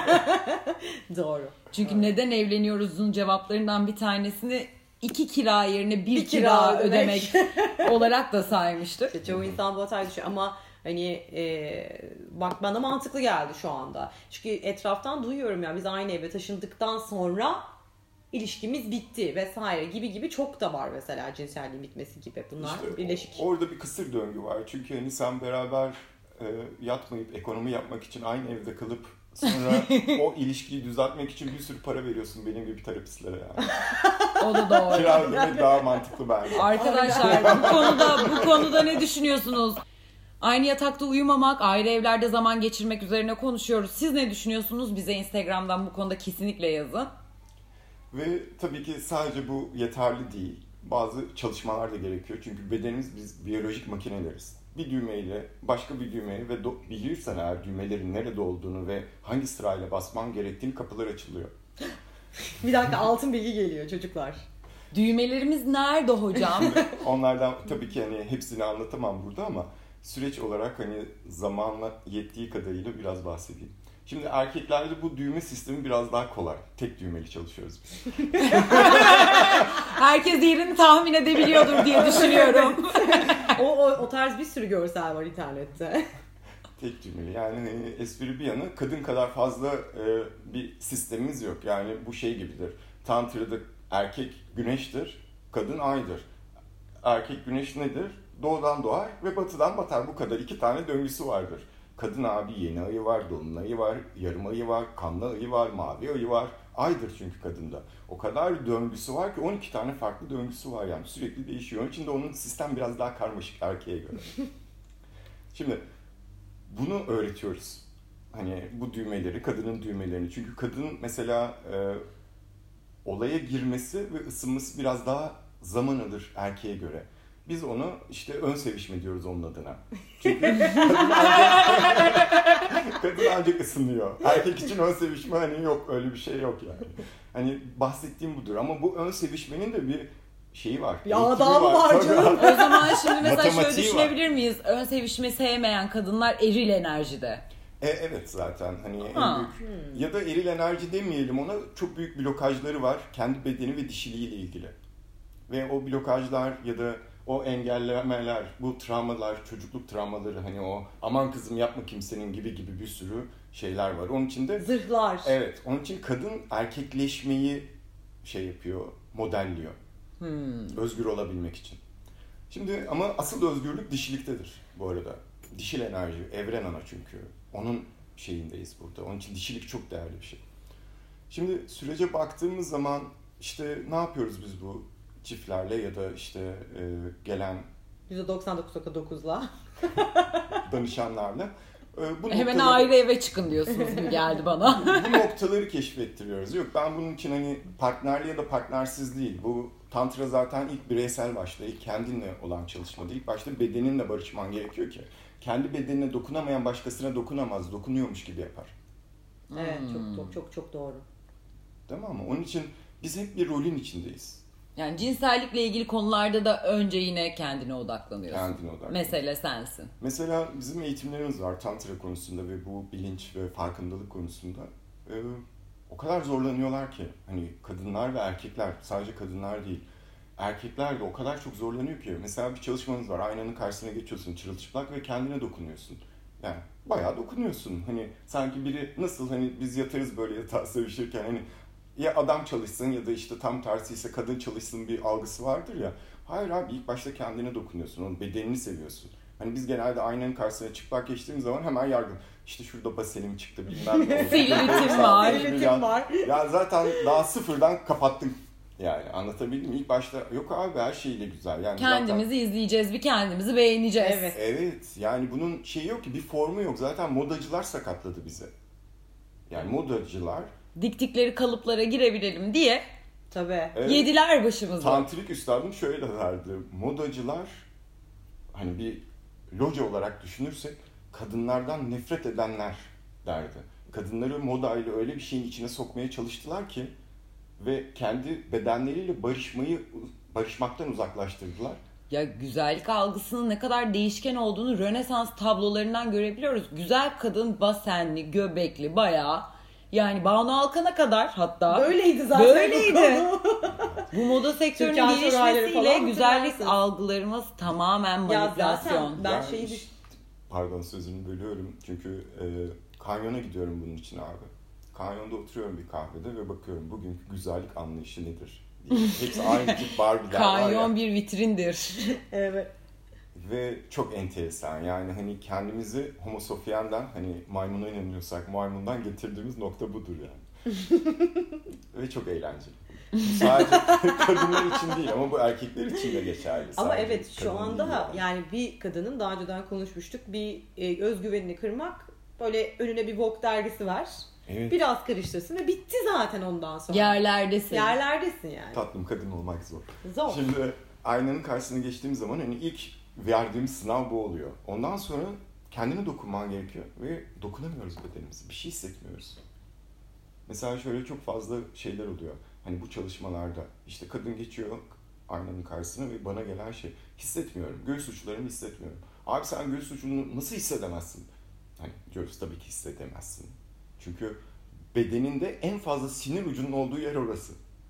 Doğru. Çünkü neden evleniyoruz'un cevaplarından bir tanesini 2 kira yerine 1 kira ödemek olarak da saymıştık. İşte çoğu insan bu hatayı düşüyor ama hani bak bana mantıklı geldi şu anda. Çünkü etraftan duyuyorum ya, biz aynı eve taşındıktan sonra ilişkimiz bitti vesaire gibi çok da var mesela cinselliğin bitmesi gibi. Bunlar işte birleşik. Orada bir kısır döngü var. Çünkü hani sen beraber yatmayıp ekonomi yapmak için aynı evde kalıp sonra o ilişkiyi düzeltmek için bir sürü para veriyorsun benim gibi terapistlere yani. O da doğru. Kira ödemek daha mantıklı bence. Arkadaşlar bu konuda ne düşünüyorsunuz? Aynı yatakta uyumamak, ayrı evlerde zaman geçirmek üzerine konuşuyoruz. Siz ne düşünüyorsunuz? Bize Instagram'dan bu konuda kesinlikle yazın. Ve tabii ki sadece bu yeterli değil. Bazı çalışmalar da gerekiyor. Çünkü bedenimiz, biz biyolojik makineleriz. Bir düğmeyle başka bir düğmeye ve bilirsen eğer düğmelerin nerede olduğunu ve hangi sırayla basman gerektiğini kapılar açılıyor. Bir dakika, altın bilgi geliyor çocuklar. Düğmelerimiz nerede hocam? Onlardan tabii ki hani hepsini anlatamam burada ama süreç olarak hani zamanla yettiği kadarıyla biraz bahsedeyim. Şimdi erkeklerde bu düğme sistemi biraz daha kolay. Tek düğmeli çalışıyoruz biz. Herkes yerini tahmin edebiliyordur diye düşünüyorum. o tarz bir sürü görsel var internette. Tek düğmeli. Yani espri bir yana, kadın kadar fazla bir sistemimiz yok. Yani bu şey gibidir. Tantra'da erkek güneştir, kadın aydır. Erkek güneş nedir? Doğudan doğar ve batıdan batar. Bu kadar. 2 tane döngüsü vardır. Kadın abi yeni ayı var, dolunay var, yarım ayı var, kanlı ayı var, mavi ayı var. Aydır çünkü kadında. O kadar döngüsü var ki 12 tane farklı döngüsü var yani. Sürekli değişiyor. Onun için de onun sistem biraz daha karmaşık erkeğe göre. Şimdi bunu öğretiyoruz. Hani bu düğmeleri, kadının düğmelerini. Çünkü kadın mesela olaya girmesi ve ısınması biraz daha zaman alır erkeğe göre. Biz onu işte ön sevişme diyoruz onun adına. Çünkü kadın ancak ısınıyor. Erkek için ön sevişme hani yok, öyle bir şey yok yani. Hani bahsettiğim budur ama bu ön sevişmenin de bir şeyi var. Ya eğitimi daha mı var tabii canım? O zaman şimdi mesela şöyle Matematiği düşünebilir miyiz? Ön sevişme sevmeyen kadınlar eril enerjide. Evet zaten hani Ha. en büyük ya da eril enerji demeyelim ona, çok büyük blokajları var kendi bedeni ve dişiliğiyle ilgili. Ve o blokajlar ya da o engellemeler, bu travmalar, çocukluk travmaları, hani o aman kızım yapma kimsenin gibi bir sürü şeyler var. Onun için de Zırhlar. evet, onun için kadın erkekleşmeyi şey yapıyor, modelliyor. Özgür olabilmek için. Şimdi ama asıl özgürlük dişiliktedir bu arada. Dişil enerji, evren ana çünkü. Onun şeyindeyiz burada. Onun için dişilik çok değerli bir şey. Şimdi sürece baktığımız zaman işte ne yapıyoruz biz bu çiftlerle ya da işte gelen %99.9'la. danışanlarla? Bu Hemen noktaları- ayrı eve çıkın diyorsunuz gibi geldi bana. bu noktaları keşfettiriyoruz. Yok, ben bunun için hani partnerli ya da partnersiz değil. Bu tantra zaten ilk bireysel başta, ilk kendinle olan çalışmada. İlk başta bedeninle barışman gerekiyor ki kendi bedenine dokunamayan başkasına dokunamaz, dokunuyormuş gibi yapar. Evet, çok doğru. Tamam mı? Onun için biz hep bir rolün içindeyiz. Yani cinsellikle ilgili konularda da önce yine kendine odaklanıyorsun. Kendine odaklan. Mesele sensin. Mesela bizim eğitimlerimiz var tantra konusunda ve bu bilinç ve farkındalık konusunda. O kadar zorlanıyorlar ki hani kadınlar ve erkekler, sadece kadınlar değil. Erkekler de o kadar çok zorlanıyor ki. Mesela bir çalışmanız var, aynanın karşısına geçiyorsun çırılçıplak ve kendine dokunuyorsun. Yani bayağı dokunuyorsun. Hani sanki biri nasıl, hani biz yatarız böyle yatağa sevişirken, hani ya adam çalışsın ya da işte tam tersi ise kadın çalışsın bir algısı vardır ya. Hayır abi, ilk başta kendine dokunuyorsun, onun bedenini seviyorsun. Hani biz genelde aynanın karşısına çıplak geçtiğimiz zaman hemen yargın. İşte şurada basenim çıktı bilmem ne oldu. Selülitim var. Selülitim var. Ya zaten daha sıfırdan kapattım. Yani anlatabildim mi? İlk başta yok abi, her şeyle güzel. Yani Kendimizi zaten, izleyeceğiz, bir kendimizi beğeneceğiz. Evet. evet yani bunun şeyi yok ki, bir formu yok. Zaten modacılar sakatladı bizi. Yani modacılar Diktikleri kalıplara girebilelim diye Tabii. evet, yediler başımızı. tantrik üstadım şöyle derdi. Modacılar, hani bir loca olarak düşünürsek, kadınlardan nefret edenler derdi. Kadınları modayla öyle bir şeyin içine sokmaya çalıştılar ki ve kendi bedenleriyle barışmaktan uzaklaştırdılar. Ya güzellik algısının ne kadar değişken olduğunu Rönesans tablolarından görebiliyoruz. Güzel kadın basenli, göbekli, bayağı, yani Banu Alkan'a kadar hatta. Böyleydi zaten. Böyleydi. Bu moda sektörünün Türkan Şorayları gelişmesiyle falan güzellik hatırlarsınız. algılarımız tamamen Ya manipülasyon. zaten ben Yani şeyi işte- pardon sözünü bölüyorum çünkü kanyona gidiyorum bunun için abi. Kanyonda oturuyorum bir kahvede ve bakıyorum bugünkü güzellik anlayışı nedir diye. Hepsi aynı tip Barbie'ler var ya. Kanyon bir vitrindir. Evet. Ve çok enteresan, yani hani kendimizi Homo sapiens'den, hani maymuna inanıyorsak maymundan getirdiğimiz nokta budur yani. Ve çok eğlenceli. Bu sadece kadınlar için değil ama bu erkekler için de geçerli. Ama Sadece evet, şu kadın anda değil yani bir kadının, daha önceden konuşmuştuk, bir özgüvenini kırmak, böyle önüne bir Vogue dergisi ver. Evet. Biraz karıştırsın ve bitti zaten ondan sonra. Yerlerdesin. Yerlerdesin yani. Tatlım, kadın olmak zor. Zor. Şimdi aynanın karşısına geçtiğim zaman hani ilk verdiğim sınav bu oluyor. Ondan sonra kendine dokunman gerekiyor ve dokunamıyoruz bedenimize. Bir şey hissetmiyoruz. Mesela şöyle çok fazla şeyler oluyor. Hani bu çalışmalarda işte kadın geçiyor aynanın karşısına ve bana gelen şey, hissetmiyorum. Göğüs uçlarımı hissetmiyorum. Abi sen göğüs ucunu nasıl hissedemezsin? Hani diyoruz, tabii ki hissedemezsin. Çünkü bedeninde en fazla sinir ucunun olduğu yer orası.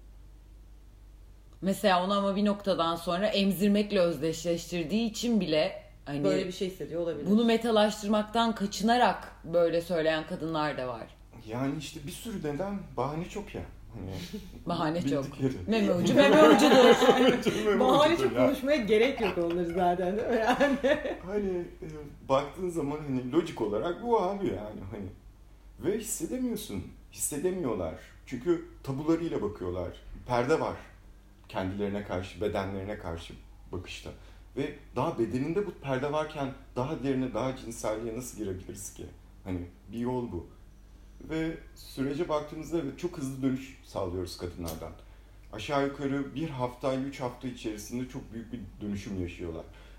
Mesela onu ama bir noktadan sonra emzirmekle özdeşleştirdiği için bile hani Böyle bir şey hissediyor olabilir. bunu metalaştırmaktan kaçınarak böyle söyleyen kadınlar da var. Yani işte bir sürü neden, bahane çok ya. Hani Bahane çok. bildikleri. Meme ucu meme ucudur. Bahane çok konuşmaya gerek yok onları zaten, değil mi yani? Hani baktığın zaman hani lojik olarak bu abi yani hani. Ve hissedemiyorsun. Hissedemiyorlar. Çünkü tabularıyla bakıyorlar. Perde var. Kendilerine karşı, bedenlerine karşı bakışta. Ve daha bedeninde bu perde varken daha derine, daha cinselliğe nasıl girebiliriz ki? Hani bir yol bu. Ve sürece baktığımızda evet, çok hızlı dönüş sağlıyoruz kadınlardan. Aşağı yukarı 1 hafta ile 3 hafta içerisinde çok büyük bir dönüşüm yaşıyorlar.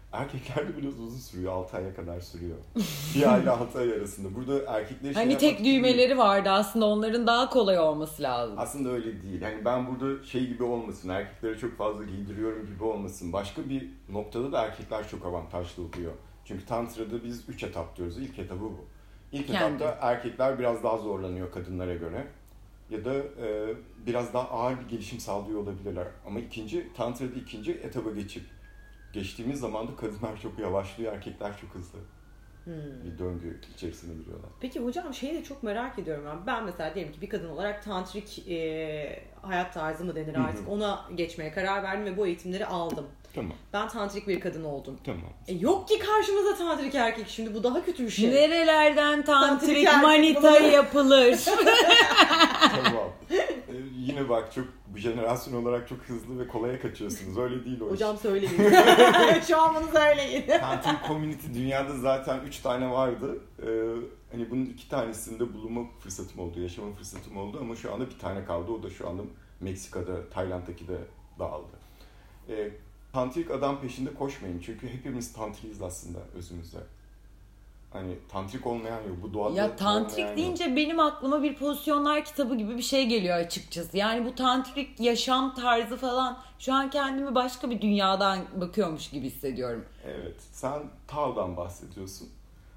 Erkeklerde biraz uzun sürüyor. 6 aya kadar sürüyor. 1 ay ile 6 ay arasında. Burada erkekler Hani tek düğmeleri vardı aslında, onların daha kolay olması lazım. Aslında öyle değil. Yani ben burada şey gibi olmasın, erkeklere çok fazla giydiriyorum gibi olmasın. Başka bir noktada da erkekler çok avantajlı oluyor. Çünkü Tantra'da biz 3 etap diyoruz. İlk etabı bu. İlk etapta erkekler biraz daha zorlanıyor kadınlara göre. Ya da biraz daha ağır bir gelişim sağlıyor olabilirler. Ama Tantra'da ikinci etaba geçtiğimiz zaman da kadınlar çok yavaşlıyor, erkekler çok hızlı. Bir döngü içerisine giriyorlar. Peki hocam şeyi de çok merak ediyorum ben mesela diyelim ki bir kadın olarak tantrik hayat tarzı mı denir artık ona geçmeye karar verdim ve bu eğitimleri aldım. Tamam. Ben tantrik bir kadın oldum. Tamam. Yok ki karşımıza tantrik erkek, şimdi bu daha kötü bir şey. Nerelerden tantrik manita yapılır? Tamam. Yine bak çok bu jenerasyon olarak çok hızlı ve kolaya kaçıyorsunuz. Öyle değil o Hocam söyleyin. Şu an bunu söyleyin. Tantrik community dünyada zaten 3 tane vardı. Hani bunun 2 tanesinde bulunma fırsatım oldu, yaşama fırsatım oldu ama şu anda bir tane kaldı. O da şu anda Meksika'da, Tayland'daki de dağıldı. Tantrik adam peşinde koşmayın çünkü hepimiz tantriyiz aslında özümüzde. Hani tantrik olmayan yok. Bu doğada ya tantrik deyince yok. Benim aklıma bir pozisyonlar kitabı gibi bir şey geliyor açıkçası. Yani bu tantrik yaşam tarzı falan, şu an kendimi başka bir dünyadan bakıyormuş gibi hissediyorum. Evet. Sen Tao'dan bahsediyorsun.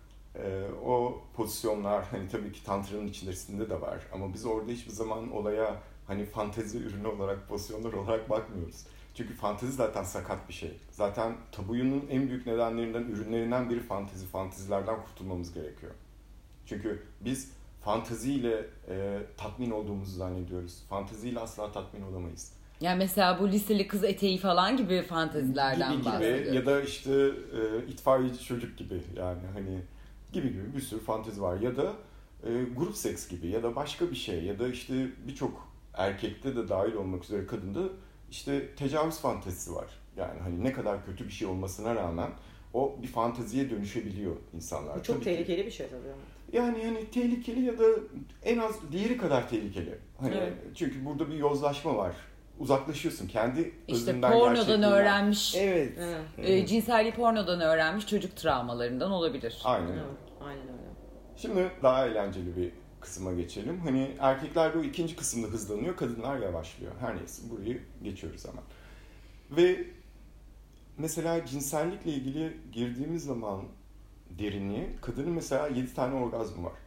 O pozisyonlar hani tabii ki Tantra'nın içerisinde de var. Ama biz orada hiçbir zaman olaya hani fantezi ürünü olarak, pozisyonlar olarak bakmıyoruz. Çünkü fantezi zaten sakat bir şey. Zaten tabuyunun en büyük nedenlerinden, ürünlerinden biri fantezi. Fantezilerden kurtulmamız gerekiyor. Çünkü biz fanteziyle tatmin olduğumuzu zannediyoruz. Fanteziyle asla tatmin olamayız. Yani mesela bu liseli kız eteği falan gibi fantezilerden bahsediyoruz. Ya da işte itfaiyeci çocuk gibi yani hani gibi bir sürü fantezi var. Ya da grup seks gibi ya da başka bir şey ya da işte birçok erkekte de dahil olmak üzere kadında işte tecavüz fantezisi var. Yani hani ne kadar kötü bir şey olmasına rağmen o bir fanteziye dönüşebiliyor insanlar. Bu çok tehlikeli bir şey tabii. Yani hani tehlikeli ya da en az diğeri kadar tehlikeli. Hani evet. Çünkü burada bir yozlaşma var. Uzaklaşıyorsun kendi özünden, İşte pornodan öğrenmiş. Evet. Cinselliği pornodan öğrenmiş, çocuk travmalarından olabilir. Aynen. Evet, aynen öyle. Şimdi daha eğlenceli bir kısma geçelim. Hani erkeklerde o ikinci kısımda hızlanıyor, kadınlar yavaşlıyor. Her neyse burayı geçiyoruz hemen. Ve mesela cinsellikle ilgili girdiğimiz zaman derinliğe, kadının mesela 7 tane orgazmı var.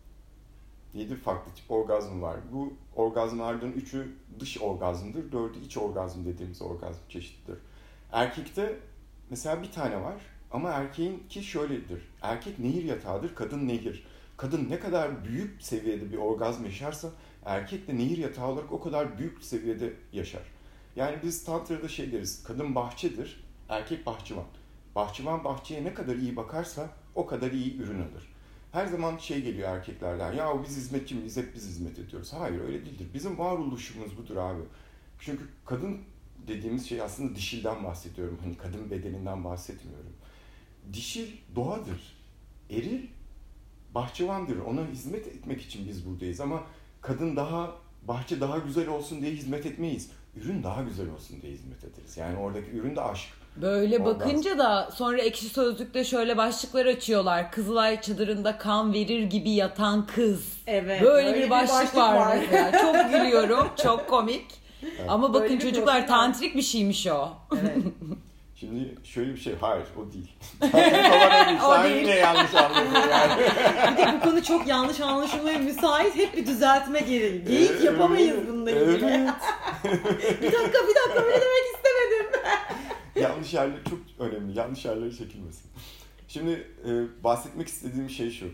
7 farklı tip orgazm var. Bu orgazmlardan 3'ü dış orgazmdır, 4'ü iç orgazm dediğimiz orgazm çeşididir. Erkekte mesela bir tane var ama erkeğinki şöyledir. Erkek nehir yatağıdır, kadın nehir. Kadın ne kadar büyük seviyede bir orgazm yaşarsa erkek de nehir yatağı olarak o kadar büyük seviyede yaşar. Yani biz Tantra'da şey deriz, kadın bahçedir, erkek bahçıvan. Bahçıvan bahçeye ne kadar iyi bakarsa o kadar iyi ürün alır. Her zaman şey geliyor erkeklerden, ya biz hizmetçi miyiz, hep biz hizmet ediyoruz. Hayır öyle değildir. Bizim varoluşumuz budur abi. Çünkü kadın dediğimiz şey aslında dişilden bahsediyorum. Hani kadın bedeninden bahsetmiyorum. Dişil doğadır. Eril bahçıvandır. Ona hizmet etmek için biz buradayız ama kadın bahçe daha güzel olsun diye hizmet etmeyiz. Ürün daha güzel olsun diye hizmet ederiz. Yani oradaki ürün de aşk. Böyle bakınca da sonra Ekşi Sözlük'te şöyle başlıklar açıyorlar. Kızılay çadırında kan verir gibi yatan kız. Evet. Böyle bir başlık var mesela. Çok gülüyorum. Çok komik. Evet. Ama bakın çocuklar tantrik bir şeymiş o. Evet. Şimdi şöyle bir şey, hayır o değil. Sen yine yanlış anladın yani. Bir de bu konu çok yanlış anlaşılmaya müsait, hep bir düzeltme gelir. Geyik yapamayız bununla ilgili. Evet. bir dakika öyle demek istemedim. Yanlış yerler çok önemli, yanlış yerlere çekilmesin. Şimdi bahsetmek istediğim şey şu.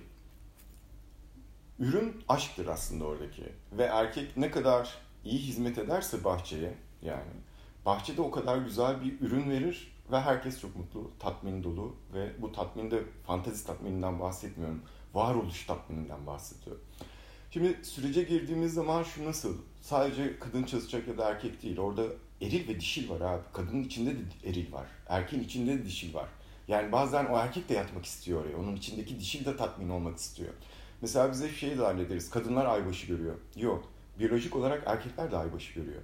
Ürün aşktır aslında oradaki ve erkek ne kadar iyi hizmet ederse bahçeye yani bahçede o kadar güzel bir ürün verir ve herkes çok mutlu, tatmin dolu ve bu tatminde fantezi tatmininden bahsetmiyorum. Varoluş tatmininden bahsediyorum. Şimdi sürece girdiğimiz zaman şu nasıl? Sadece kadın çalışacak ya da erkek değil. Orada eril ve dişil var abi. Kadının içinde de eril var. Erkeğin içinde de dişil var. Yani bazen o erkek de yatmak istiyor oraya. Onun içindeki dişil de tatmin olmak istiyor. Mesela biz hep şeyi de hallederiz. Kadınlar aybaşı görüyor. Yok. Biyolojik olarak erkekler de aybaşı görüyor.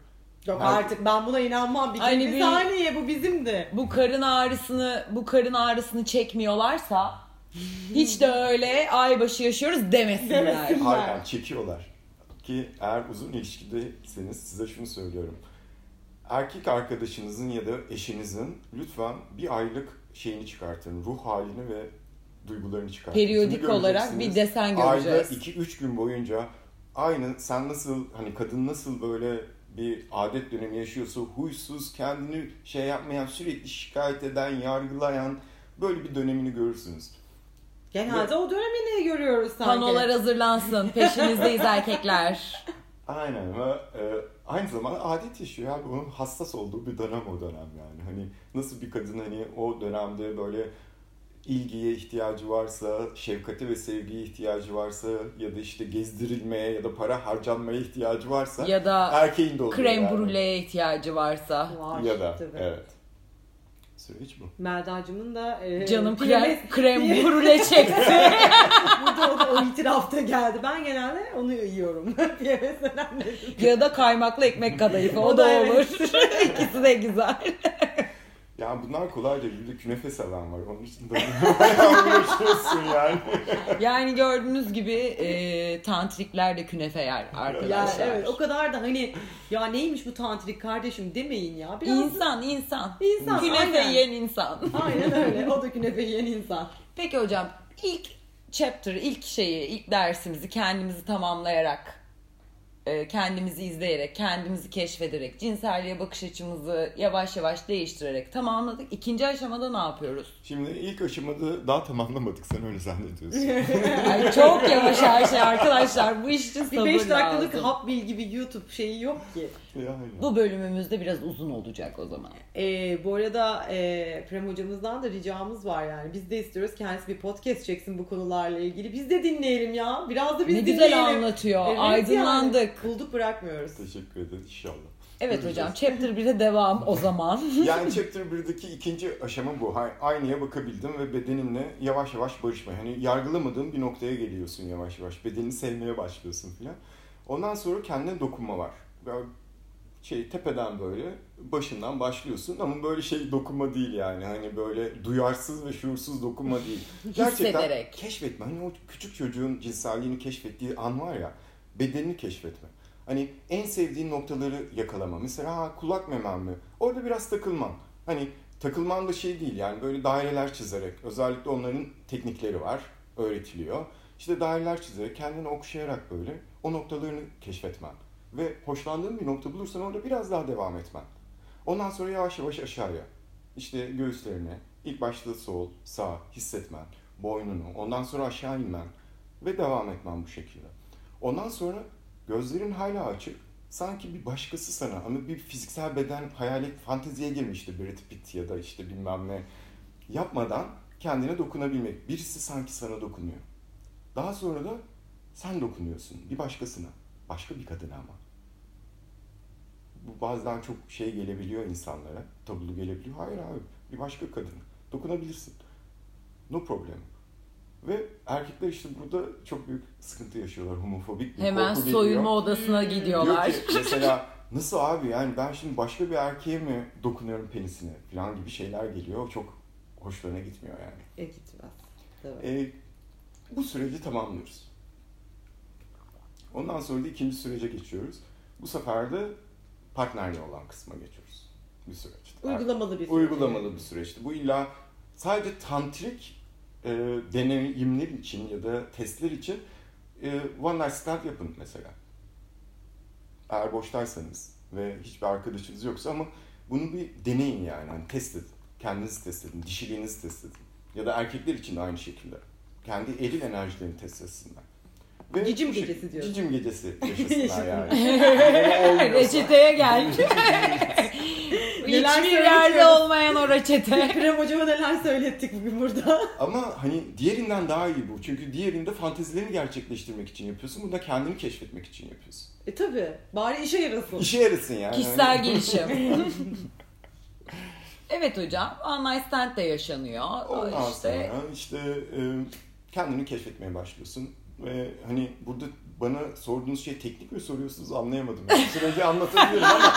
Yok artık ben buna inanmam. Bir Hani bir saniye bu bizimdi. Bu karın ağrısını çekmiyorlarsa hiç de öyle aybaşı yaşıyoruz demesinler. Aynen çekiyorlar. Ki eğer uzun ilişkideyseniz size şunu söylüyorum. Erkek arkadaşınızın ya da eşinizin lütfen bir aylık şeyini çıkartın. Ruh halini ve duygularını çıkartın. Periyodik olarak bir desen göreceğiz. Ayda 2-3 gün boyunca aynı sen nasıl hani kadın nasıl böyle bir adet dönemi yaşıyorsa huysuz, kendini şey yapmayan, sürekli şikayet eden, yargılayan böyle bir dönemini görürsünüz. Genelde o dönemini görüyoruz sanki. Panolar hazırlansın. Peşinizdeyiz erkekler. Aynen ve aynı zamanda adet yaşıyor abi. Onun hassas olduğu bir dönem o dönem yani. Hani nasıl bir kadın hani o dönemde böyle ilgiye ihtiyacı varsa, şefkate ve sevgiye ihtiyacı varsa ya da işte gezdirilmeye ya da para harcanmaya ihtiyacı varsa ya da erkeğin de oluyor krem yani. brûlé'ye ihtiyacı varsa. Var, ya da tabii. evet. Süreç bu. Melda'cığımın da canım krem brûlée çekti. Burada o itirafta geldi. Ben genelde onu yiyorum. PMS dönemlerinde. Ya da kaymaklı ekmek kadayıfı. O da evet. olur. İkisi de güzel. Ya bunlar kolay değil. Bir de künefe seven var. Onun için de bayağı uğraşıyorsun yani. Yani gördüğünüz gibi tantrikler de künefe yer arkadaşlar. Ya evet o kadar da hani ya neymiş bu tantrik kardeşim demeyin ya. Biraz İnsan. Künefe aynen. yiyen insan. Aynen öyle. O da künefe yiyen insan. Peki hocam ilk dersimizi kendimizi tamamlayarak, kendimizi izleyerek, kendimizi keşfederek, cinselliğe bakış açımızı yavaş yavaş değiştirerek tamamladık. İkinci aşamada ne yapıyoruz? Şimdi ilk aşamada daha tamamlamadık. Sen öyle zannediyorsun. Ay çok yavaş her şey arkadaşlar. Bu iş için sabır Bir 5 lazım. dakikalık hap bilgi bir YouTube şeyi yok ki. Yani. Bu bölümümüzde biraz uzun olacak o zaman. Bu arada Prem hocamızdan da ricamız var yani. Biz de istiyoruz kendisi bir podcast çeksin bu konularla ilgili. Biz de dinleyelim ya. Biraz da biz ne dinleyelim. güzel anlatıyor. Evet, aydınlandık. Yani. Bulduk bırakmıyoruz. Teşekkür ederiz inşallah. Evet hocam Chapter 1'e devam o zaman. Yani Chapter 1'deki ikinci aşama bu. Aynaya bakabildim ve bedeninle yavaş yavaş barışmaya. Hani yargılamadığın bir noktaya geliyorsun yavaş yavaş. Bedenini sevmeye başlıyorsun filan. Ondan sonra kendine dokunma var. Tepeden böyle başından başlıyorsun ama böyle dokunma değil yani. Hani böyle duyarsız ve şuursuz dokunma değil. Gerçekten hissederek. Keşfetme. Hani o küçük çocuğun cinselliğini keşfettiği an var ya, bedenini keşfetme. Hani en sevdiğin noktaları yakalama. Mesela kulak memem mi? Orada biraz takılmam. Hani takılman da değil yani böyle daireler çizerek. Özellikle onların teknikleri var. Öğretiliyor. İşte daireler çizerek, kendini okşayarak böyle o noktalarını keşfetmen. Ve hoşlandığın bir nokta bulursan orada biraz daha devam etmen. Ondan sonra yavaş yavaş aşağıya. İşte göğüslerine, ilk başta sol, sağ hissetmen, boynunu, ondan sonra aşağı inmen ve devam etmen bu şekilde. Ondan sonra gözlerin hala açık, sanki bir başkası sana ama bir fiziksel beden hayalet fanteziye girmişti Brad Pitt ya da işte bilmem ne yapmadan kendine dokunabilmek. Birisi sanki sana dokunuyor. Daha sonra da sen dokunuyorsun bir başkasına. Başka bir kadına ama. Bu bazen çok gelebiliyor insanlara. Tabulu gelebiliyor. Hayır abi. Bir başka kadına. Dokunabilirsin. No problem. Ve erkekler işte burada çok büyük sıkıntı yaşıyorlar. Homofobik bir hemen korku soyunma odasına gidiyorlar. Diyor ki, mesela nasıl abi yani ben şimdi başka bir erkeğe mi dokunuyorum penisine falan gibi şeyler geliyor. Çok hoşlarına gitmiyor yani. Gitmez. Tabii. Bu süreci tamamlıyoruz. Ondan sonra da ikinci sürece geçiyoruz. Bu sefer de partnerle olan kısma geçiyoruz. Bir süreçte. Uygulamalı bir süreç. Uygulamalı bir süreçti. Bu illa sadece tantrik deneyimler için ya da testler için one night stand yapın mesela. Eğer boştaysanız ve hiçbir arkadaşınız yoksa ama bunu bir deneyin yani. Hani test edin. Kendinizi test edin. Dişiliğinizi test edin. Ya da erkekler için de aynı şekilde. Kendi eril enerjilerini test etsinler. Ve Cicim gecesi diyorsun. Cicim gecesi yaşasınlar yani. Reçeteye gel. Hiçbir yerde olmayan o reçete. Prem hocama neler söylettik bugün burada. Ama hani diğerinden daha iyi bu. Çünkü diğerinde fantezilerini gerçekleştirmek için yapıyorsun. Bunda kendini keşfetmek için yapıyorsun. Tabii. Bari işe yarasın. İşe yarasın yani. Kişisel gelişim. Evet hocam. One night stand de yaşanıyor. Ondan sonra işte kendini keşfetmeye başlıyorsun. Ve hani burada bana sorduğunuz şey teknik mi soruyorsunuz anlayamadım. Yani süreci anlatabilirim ama.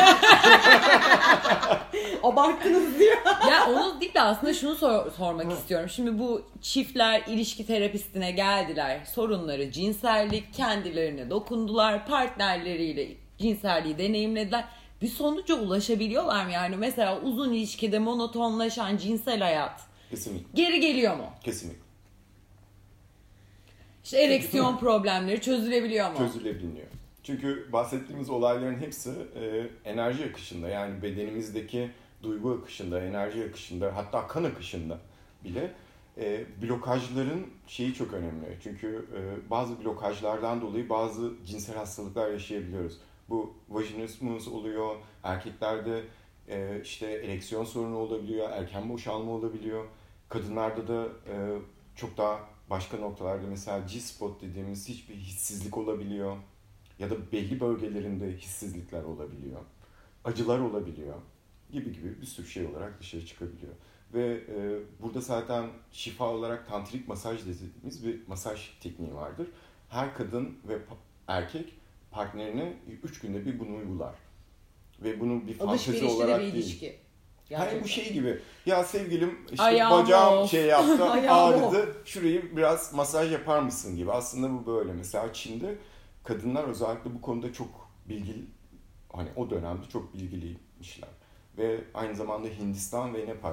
Abarttınız diyor. Ya onu değil de aslında şunu sormak istiyorum. Şimdi bu çiftler ilişki terapistine geldiler. Sorunları cinsellik, kendilerine dokundular, partnerleriyle cinselliği deneyimlediler. Bir sonuca ulaşabiliyorlar mı? Yani mesela uzun ilişkide monotonlaşan cinsel hayat Kesinlikle. geri geliyor mu? Kesinlikle. İşte ereksiyon problemleri çözülebiliyor mu? Çözülebiliyor. Çünkü bahsettiğimiz olayların hepsi enerji akışında, yani bedenimizdeki duygu akışında, enerji akışında, hatta kan akışında bile blokajların şeyi çok önemli. Çünkü bazı blokajlardan dolayı bazı cinsel hastalıklar yaşayabiliyoruz. Bu vajinismus oluyor, erkeklerde işte ereksiyon sorunu olabiliyor, erken boşalma olabiliyor. Kadınlarda da çok daha başka noktalarda mesela G-spot dediğimiz hiçbir hissizlik olabiliyor. Ya da belli bölgelerinde hissizlikler olabiliyor. Acılar olabiliyor. Gibi bir sürü şey olarak dışarı çıkabiliyor. Ve burada zaten şifa olarak tantrik masaj dediğimiz bir masaj tekniği vardır. Her kadın ve erkek partnerine 3 günde bir bunu uygular. Ve bunu bir fantezi olarak bir değil. ilişki. Hani bu şey gibi, ya sevgilim işte Ayağım bacağım of. şey yaptı, Ayağım ağrıdı, şurayı biraz masaj yapar mısın gibi. Aslında bu böyle. Mesela Çin'de kadınlar özellikle bu konuda çok bilgili, hani o dönemde çok bilgiliymişler. Ve aynı zamanda Hindistan ve Nepal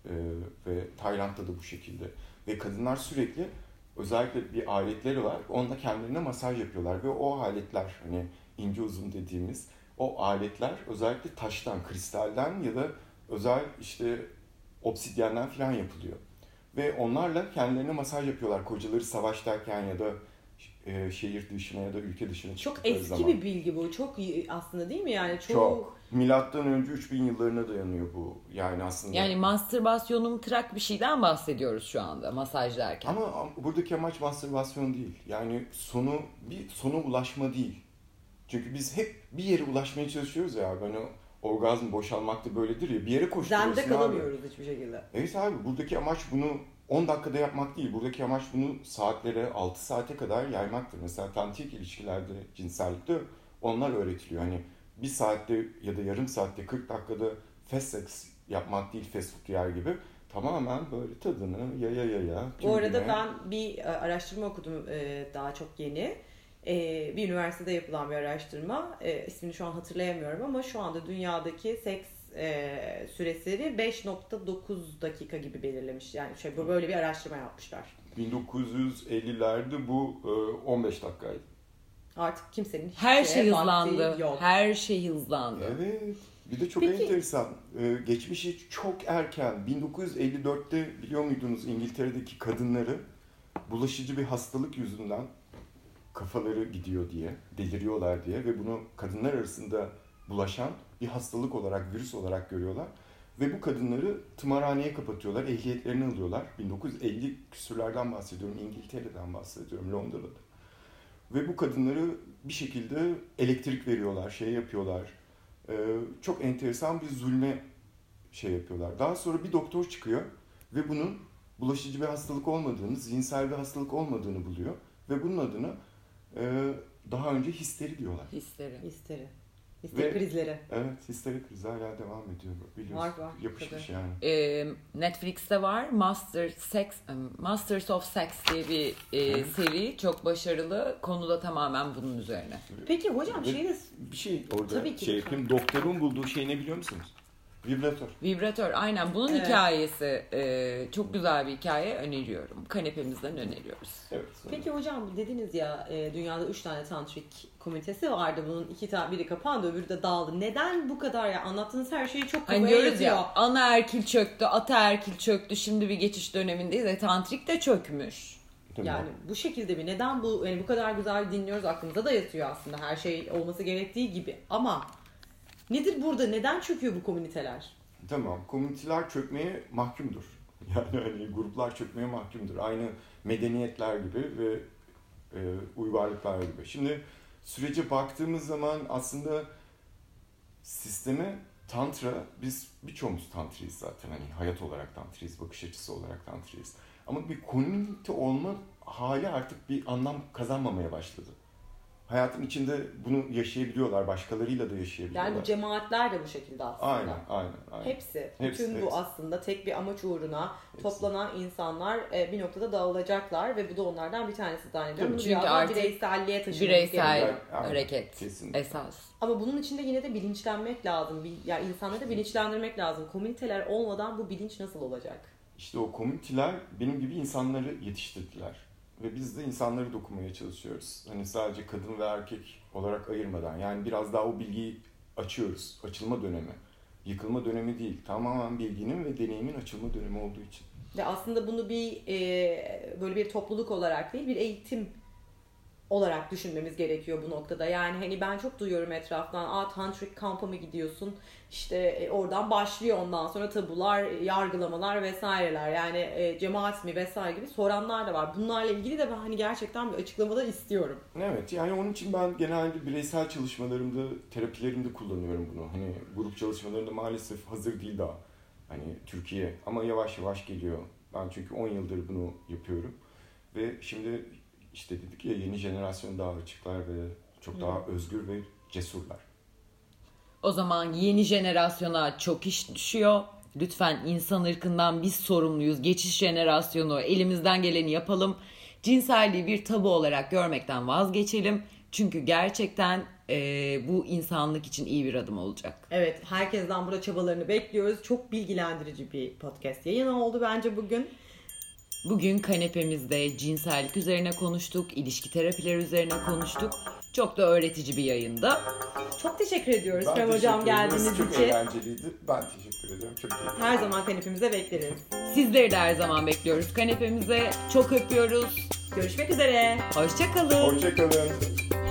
ve Tayland'da da bu şekilde. Ve kadınlar sürekli özellikle bir aletleri var, onunla kendilerine masaj yapıyorlar. Ve o aletler, hani ince uzun dediğimiz o aletler özellikle taştan, kristalden ya da özel işte obsidyenden falan yapılıyor. Ve onlarla kendilerine masaj yapıyorlar kocaları savaştayken ya da şehir dışına ya da ülke dışına Çok çıktıkları eski zaman. bir bilgi bu. Çok aslında değil mi yani? Çok. Milattan önce 3000 yıllarına dayanıyor bu. Yani aslında. Yani mastürbasyonun trak bir şeyden bahsediyoruz şu anda masaj derken. Ama buradaki amaç mastürbasyon değil. Yani sona ulaşma değil. Çünkü biz hep bir yere ulaşmaya çalışıyoruz ya. Hani orgazm, boşalmak da böyledir ya. Bir yere koşturuyorsun Zende kalamıyoruz hiçbir şekilde. Evet abi, buradaki amaç bunu 10 dakikada yapmak değil. Buradaki amaç bunu saatlere, 6 saate kadar yaymaktır. Mesela tantrik ilişkilerde, cinsellikte onlar öğretiliyor. Hani bir saatte ya da yarım saatte 40 dakikada fast sex yapmak değil, fast food yer gibi. Tamamen böyle tadını ya. Bu arada ben bir araştırma okudum daha çok yeni. Bir üniversitede yapılan bir araştırma. İsmini şu an hatırlayamıyorum ama şu anda dünyadaki seks süresini 5.9 dakika gibi belirlemiş. Yani böyle bir araştırma yapmışlar. 1950'lerde bu 15 dakikaydı. Artık kimsenin her şey vakti hızlandı. yok. Her şey hızlandı. Evet. Bir de çok Peki. enteresan. Geçmişi çok erken. 1954'te biliyor muydunuz İngiltere'deki kadınları bulaşıcı bir hastalık yüzünden kafaları gidiyor diye, deliriyorlar diye ve bunu kadınlar arasında bulaşan bir hastalık olarak, virüs olarak görüyorlar. Ve bu kadınları tımarhaneye kapatıyorlar, ehliyetlerini alıyorlar. 1950 küsurlardan bahsediyorum, İngiltere'den bahsediyorum, Londra'da. Ve bu kadınları bir şekilde elektrik veriyorlar, şey yapıyorlar. Çok enteresan bir zulme şey yapıyorlar. Daha sonra bir doktor çıkıyor ve bunun bulaşıcı bir hastalık olmadığını, zihinsel bir hastalık olmadığını buluyor. Ve bunun adını daha önce histeri diyorlar. Histeri. Histeri krizleri. Evet, histeri krizi hala devam ediyor. Biliyorsun. Var. Yapışmış Tabii. yani. Netflix'te var. Masters of Sex diye bir seri. Çok başarılı. Konu da tamamen bunun üzerine. Peki hocam Bir şey orada Tabii ki. şey yapayım. Doktorun bulduğu şey ne biliyor musunuz? Vibratör. Vibratör. Aynen. Bunun hikayesi çok güzel bir hikaye. Öneriyorum. Kanepemizden öneriyoruz. Evet. Peki hocam dediniz ya dünyada 3 tane tantrik komünitesi vardı. Bunun biri kapandı, öbürü de dağıldı. Neden bu kadar ya? Anlattığınız her şeyi çok kafaya Hani diyoruz yatıyor. ya anaerkil çöktü, ataerkil çöktü. Şimdi bir geçiş dönemindeyiz. Tantrik de çökmüş. Tamam. Yani bu şekilde mi? Neden bu kadar güzel dinliyoruz, aklımıza da yatıyor aslında her şey olması gerektiği gibi. Ama nedir burada? Neden çöküyor bu komüniteler? Tamam. Komüniteler çökmeye mahkumdur. Yani hani gruplar çökmeye mahkumdur. Aynı medeniyetler gibi ve uygarlıklar gibi. Şimdi sürece baktığımız zaman aslında sisteme tantra, biz birçoğumuz tantriyiz zaten. Hani hayat olarak tantriyiz, bakış açısı olarak tantriyiz. Ama bir komünite olma hali artık bir anlam kazanmamaya başladı. hayatın içinde bunu yaşayabiliyorlar, başkalarıyla da yaşayabiliyorlar. Yani bu cemaatler de bu şekilde aslında. Aynen. Hepsi. Bütün bu aslında tek bir amaç uğruna toplanan insanlar bir noktada dağılacaklar ve bu da onlardan bir tanesi zannediyorum. Çünkü artık bireyselliğe taşınmak bireysel hareket Kesinlikle. esas. Ama bunun içinde yine de bilinçlenmek lazım. Yani insanları da bilinçlendirmek lazım. Komüniteler olmadan bu bilinç nasıl olacak? İşte o komüniteler benim gibi insanları yetiştirdiler. Ve biz de insanları dokunmaya çalışıyoruz. Hani sadece kadın ve erkek olarak ayırmadan. Yani biraz daha o bilgiyi açıyoruz. Açılma dönemi. Yıkılma dönemi değil. Tamamen bilginin ve deneyimin açılma dönemi olduğu için. Ve aslında bunu bir böyle bir topluluk olarak değil, bir eğitim olarak düşünmemiz gerekiyor bu noktada. Yani hani ben çok duyuyorum etraftan, tantric kamp'a mı gidiyorsun? İşte oradan başlıyor ondan sonra tabular, yargılamalar vesaireler. Yani cemaat mi vesaire gibi soranlar da var. Bunlarla ilgili de ben hani gerçekten bir açıklamada istiyorum. Evet, yani onun için ben genelde bireysel çalışmalarımda, terapilerimde kullanıyorum bunu. Hani grup çalışmalarında maalesef hazır değil daha. Hani Türkiye ama yavaş yavaş geliyor. Ben çünkü 10 yıldır bunu yapıyorum. Ve şimdi işte dedik ya, yeni jenerasyon daha açıklar ve çok daha özgür ve cesurlar. O zaman yeni jenerasyona çok iş düşüyor. Lütfen insan ırkından biz sorumluyuz. Geçiş jenerasyonu, elimizden geleni yapalım. Cinselliği bir tabu olarak görmekten vazgeçelim. Çünkü gerçekten bu insanlık için iyi bir adım olacak. Evet, herkesten burada çabalarını bekliyoruz. Çok bilgilendirici bir podcast yayını oldu bence bugün. Bugün kanepemizde cinsellik üzerine konuştuk, ilişki terapileri üzerine konuştuk. Çok da öğretici bir yayındı. Çok teşekkür ediyoruz Ben Krem Hocam geldiğiniz için. Çok eğlenceliydi. Ben teşekkür ediyorum. Çok keyifli. Her zaman kanepemize bekleriz. Sizleri de her zaman bekliyoruz kanepemize. Çok öpüyoruz. Görüşmek üzere. Hoşça kalın. Hoşça kalın.